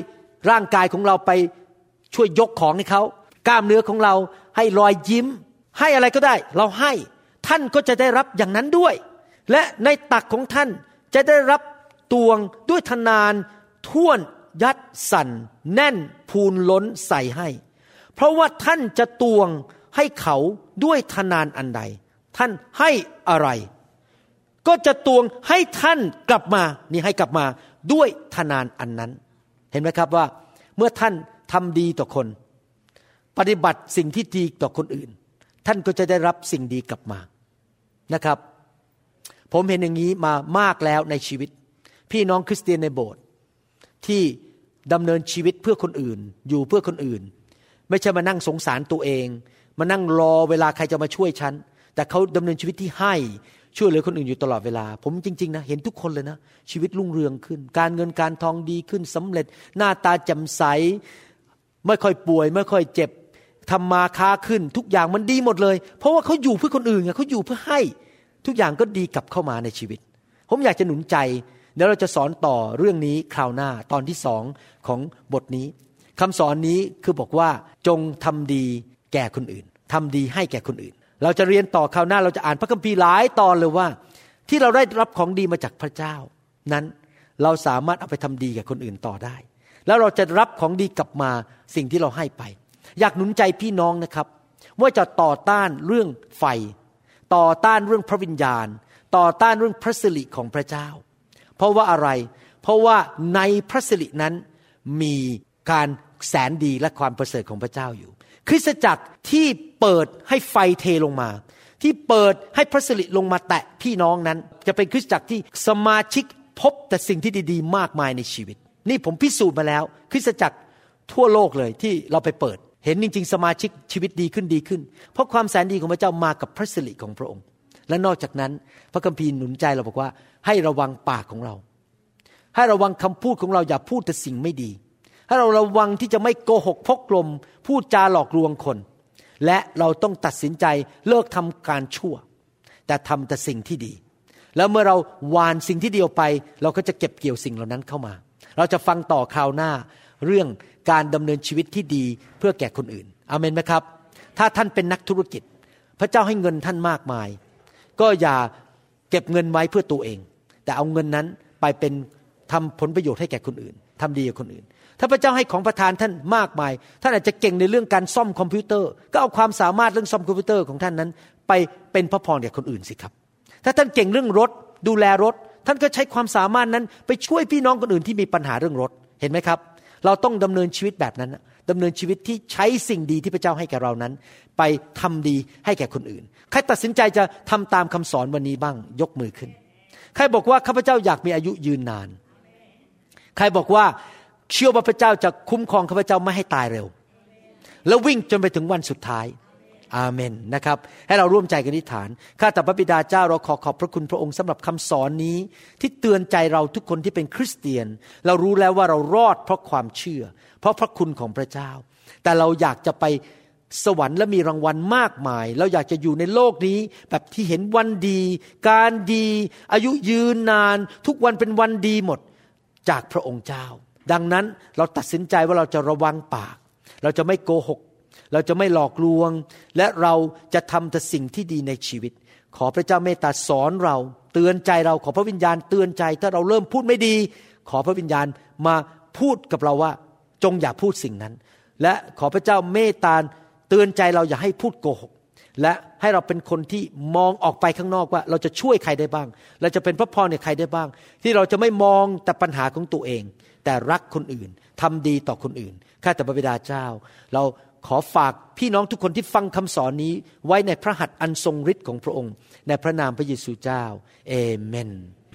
ร่างกายของเราไปช่วยยกของให้เขากล้ามเนื้อของเราให้รอยยิ้มให้อะไรก็ได้เราให้ท่านก็จะได้รับอย่างนั้นด้วยและในตักของท่านจะได้รับตวงด้วยทนานท่วนยัดสั่นแน่นพูนล้นใส่ให้เพราะว่าท่านจะตวงให้เขาด้วยทนานอันใดท่านให้อะไรก็จะตวงให้ท่านกลับมานี่ให้กลับมาด้วยทนานอันนั้นเห็นไหมครับว่าเมื่อท่านทำดีต่อคนปฏิบัติสิ่งที่ดีต่อคนอื่นท่านก็จะได้รับสิ่งดีกลับมานะครับผมเห็นอย่างนี้มามากแล้วในชีวิตพี่น้องคริสเตียนในโบสถ์ที่ดำเนินชีวิตเพื่อคนอื่นอยู่เพื่อคนอื่นไม่ใช่มานั่งสงสารตัวเองมานั่งรอเวลาใครจะมาช่วยฉันแต่เขาดำเนินชีวิตที่ให้ช่วยเหลือคนอื่นอยู่ตลอดเวลาผมจริงๆนะเห็นทุกคนเลยนะชีวิตรุ่งเรืองขึ้นการเงินการทองดีขึ้นสำเร็จหน้าตาแจ่มใสไม่ค่อยป่วยไม่ค่อยเจ็บทำมาค้าขึ้นทุกอย่างมันดีหมดเลยเพราะว่าเขาอยู่เพื่อคนอื่นไงเขาอยู่เพื่อให้ทุกอย่างก็ดีกลับเข้ามาในชีวิตผมอยากจะหนุนใจเดี๋ยวเราจะสอนต่อเรื่องนี้คราวหน้าตอนที่สองของบทนี้คำสอนนี้คือบอกว่าจงทำดีแก่คนอื่นทำดีให้แก่คนอื่นเราจะเรียนต่อคราวหน้าเราจะอ่านพระคัมภีร์หลายตอนเลยว่าที่เราได้รับของดีมาจากพระเจ้านั้นเราสามารถเอาไปทำดีแก่คนอื่นต่อได้แล้วเราจะรับของดีกลับมาสิ่งที่เราให้ไปอยากหนุนใจพี่น้องนะครับว่าจะต่อต้านเรื่องไฟต่อต้านเรื่องพระวิญญาณต่อต้านเรื่องพระสิริของพระเจ้าเพราะว่าอะไรเพราะว่าในพระสิรินั้นมีการแสนดีและความประเสริฐของพระเจ้าอยู่คริสตจักรที่เปิดให้ไฟเทลงมาที่เปิดให้พระสิริลงมาแตะพี่น้องนั้นจะเป็นคริสตจักรที่สมาชิกพบแต่สิ่งที่ดีๆมากมายในชีวิตนี่ผมพิสูจน์มาแล้วคริสตจักรทั่วโลกเลยที่เราไปเปิดเห็นจริงๆสมาชิกชีวิตดีขึ้นดีขึ้นเพราะความแสนดีของพระเจ้ามากับพระสิริของพระองค์และนอกจากนั้นพระคัมภีร์หนุนใจเราบอกว่าให้ระวังปากของเราให้ระวังคำพูดของเราอย่าพูดแต่สิ่งไม่ดีให้เราระวังที่จะไม่โกหกพกลมพูดจาหลอกลวงคนและเราต้องตัดสินใจเลิกทำการชั่วแต่ทำแต่สิ่งที่ดีแล้วเมื่อเราหว่านสิ่งที่ดีออกไปเราก็จะเก็บเกี่ยวสิ่งเหล่านั้นเข้ามาเราจะฟังต่อคราวหน้าเรื่องการดำเนินชีวิตที่ดีเพื่อแก่คนอื่นอาเมนไหมครับถ้าท่านเป็นนักธุรกิจพระเจ้าให้เงินท่านมากมายก็อย่าเก็บเงินไว้เพื่อตัวเองแต่เอาเงินนั้นไปเป็นทำผลประโยชน์ให้แก่คนอื่นทำดีกับคนอื่นถ้าพระเจ้าให้ของประทานท่านมากมายท่านอาจจะเก่งในเรื่องการซ่อมคอมพิวเตอร์ก็เอาความสามารถเรื่องซ่อมคอมพิวเตอร์ของท่านนั้นไปเป็นพระพรแก่คนอื่นสิครับถ้าท่านเก่งเรื่องรถดูแลรถท่านก็ใช้ความสามารถนั้นไปช่วยพี่น้องคนอื่นที่มีปัญหาเรื่องรถเห็นไหมครับเราต้องดำเนินชีวิตแบบนั้นดำเนินชีวิตที่ใช้สิ่งดีที่พระเจ้าให้แก่เรานั้นไปทำดีให้แก่คนอื่นใครตัดสินใจจะทำตามคำสอนวันนี้บ้างยกมือขึ้นใครบอกว่าข้าพเจ้าอยากมีอายุยืนนานใครบอกว่าเชื่อว่าพระเจ้าจะคุ้มครองข้าพเจ้าไม่ให้ตายเร็วแล้ววิ่งจนไปถึงวันสุดท้ายอาเมนนะครับให้เราร่วมใจกันอธิษฐานข้าแต่พระบิดาเจ้าเราขอขอบพระคุณพระองค์สำหรับคำสอนนี้ที่เตือนใจเราทุกคนที่เป็นคริสเตียนเรารู้แล้วว่าเรารอดเพราะความเชื่อเพราะพระคุณของพระเจ้าแต่เราอยากจะไปสวรรค์และมีรางวัลมากมายเราอยากจะอยู่ในโลกนี้แบบที่เห็นวันดีการดีอายุยืนนานทุกวันเป็นวันดีหมดจากพระองค์เจ้าดังนั้นเราตัดสินใจว่าเราจะระวังปากเราจะไม่โกหกเราจะไม่หลอกลวงและเราจะทำแต่สิ่งที่ดีในชีวิตขอพระเจ้าเมตตาสอนเราเตือนใจเราขอพระวิญญาณเตือนใจถ้าเราเริ่มพูดไม่ดีขอพระวิญญาณมาพูดกับเราว่าจงอย่าพูดสิ่งนั้นและขอพระเจ้าเมตตาเตือนใจเราอย่าให้พูดโกหกและให้เราเป็นคนที่มองออกไปข้างนอกว่าเราจะช่วยใครได้บ้างเราจะเป็นพระพรให้ใครได้บ้างที่เราจะไม่มองแต่ปัญหาของตัวเองแต่รักคนอื่นทำดีต่อคนอื่นข้าแต่พระบิดาเจ้าเราขอฝากพี่น้องทุกคนที่ฟังคำสอนนี้ไว้ในพระหัตถ์อันทรงฤทธิ์ของพระองค์ในพระนามพระเยซูเจ้าเอเมน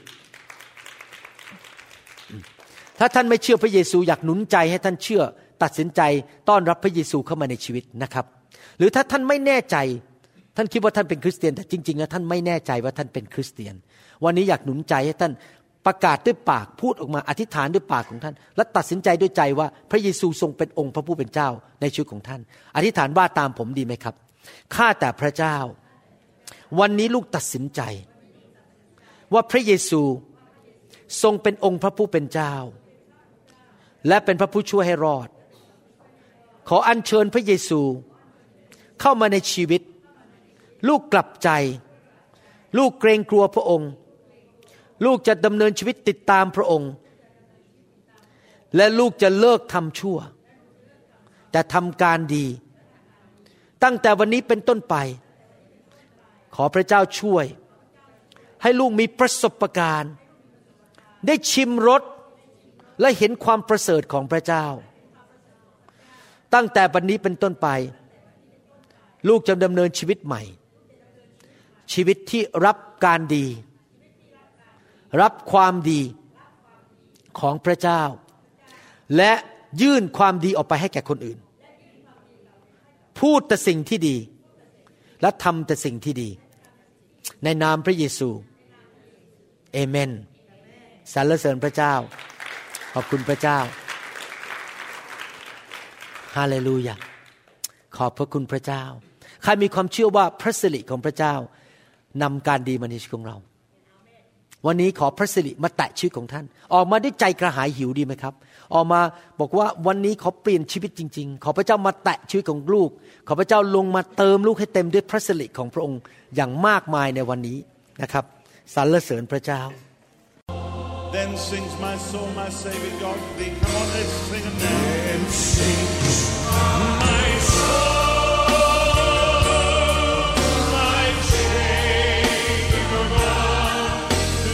ถ้าท่านไม่เชื่อพระเยซูอยากหนุนใจให้ท่านเชื่อตัดสินใจต้อนรับพระเยซูเข้ามาในชีวิตนะครับหรือถ้าท่านไม่แน่ใจท่านคิดว่าท่านเป็นคริสเตียนแต่จริงๆแล้วท่านไม่แน่ใจว่าท่านเป็นคริสเตียนวันนี้อยากหนุนใจให้ท่านประกาศด้วยปากพูดออกมาอธิษฐานด้วยปากของท่านและตัดสินใจด้วยใจว่าพระเยซูทรงเป็นองค์พระผู้เป็นเจ้าในชีวิตของท่านอธิษฐานว่าตามผมดีไหมครับข้าแต่พระเจ้าวันนี้ลูกตัดสินใจว่าพระเยซูทรงเป็นองค์พระผู้เป็นเจ้าและเป็นพระผู้ช่วยให้รอดขออัญเชิญพระเยซูเข้ามาในชีวิตลูกกลับใจลูกเกรงกลัวพระองค์ลูกจะดำเนินชีวิตติดตามพระองค์และลูกจะเลิกทำชั่วแต่ทำการดีตั้งแต่วันนี้เป็นต้นไปขอพระเจ้าช่วยให้ลูกมีประสบการณ์ได้ชิมรสและเห็นความประเสริฐของพระเจ้าตั้งแต่วันนี้เป็นต้นไปลูกจะดำเนินชีวิตใหม่ชีวิตที่รับการดีรับความดีของพระเจ้าและยื่นความดีออกไปให้แก่คนอื่นพูดแต่สิ่งที่ดีและทำแต่สิ่งที่ดีในนามพระเยซูเอเมนสรรเสริญพระเจ้าขอบคุณพระเจ้าฮาเลลูยาขอบพระคุณพระเจ้าใครมีความเชื่อว่าพระสิริของพระเจ้านำการดีมาในชีวิตของเราวันนี้ขอพระสิริมาแตะชีวิตของท่านออกมาด้วยใจกระหายหิวดีไหมครับออกมาบอกว่าวันนี้ขอเปลี่ยนชีวิตจริงๆขอพระเจ้ามาแตะชีวิตของลูกขอพระเจ้าลงมาเติมลูกให้เต็มด้วยพระสิริของพระองค์อย่างมากมายในวันนี้นะครับสรรเสริญพระเจ้า Then sings my soul, my Savior God to thee. Come on, let's sing it now. Then sings my soul, my Savior God to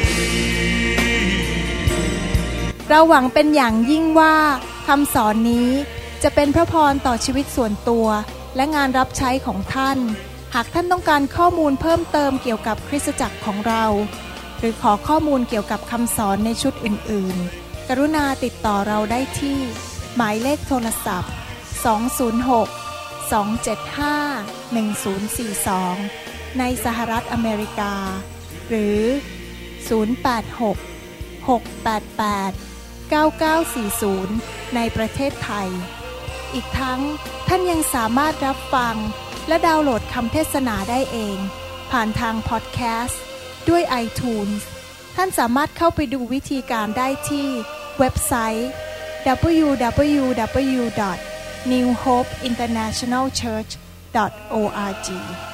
thee. เราหวังเป็นอย่างยิ่งว่าคำสอนนี้จะเป็นพระพรต่อชีวิตส่วนตัวและงานรับใช้ของท่านหากท่านต้องการข้อมูลเพิ่มเติมเกี่ยวกับคริสตจักรของเราหรือขอข้อมูลเกี่ยวกับคำสอนในชุดอื่นๆกรุณาติดต่อเราได้ที่หมายเลขโทรศัพท์สอง ศูนย์ หก สอง เจ็ด ห้า หนึ่ง ศูนย์ สี่ สองในสหรัฐอเมริกาหรือศูนย์ แปด หก หก แปด แปด เก้า เก้า สี่ ศูนย์ในประเทศไทยอีกทั้งท่านยังสามารถรับฟังและดาวน์โหลดคำเทศนาได้เองผ่านทางพอดแคสต์ด้วย iTunes ท่านสามารถเข้าไปดูวิธีการได้ที่เว็บไซต์ ดับเบิลยู ดับเบิลยู ดับเบิลยู ดอท นิว โฮป อินเตอร์เนชั่นแนล เชิร์ช ดอท โอ อาร์ จี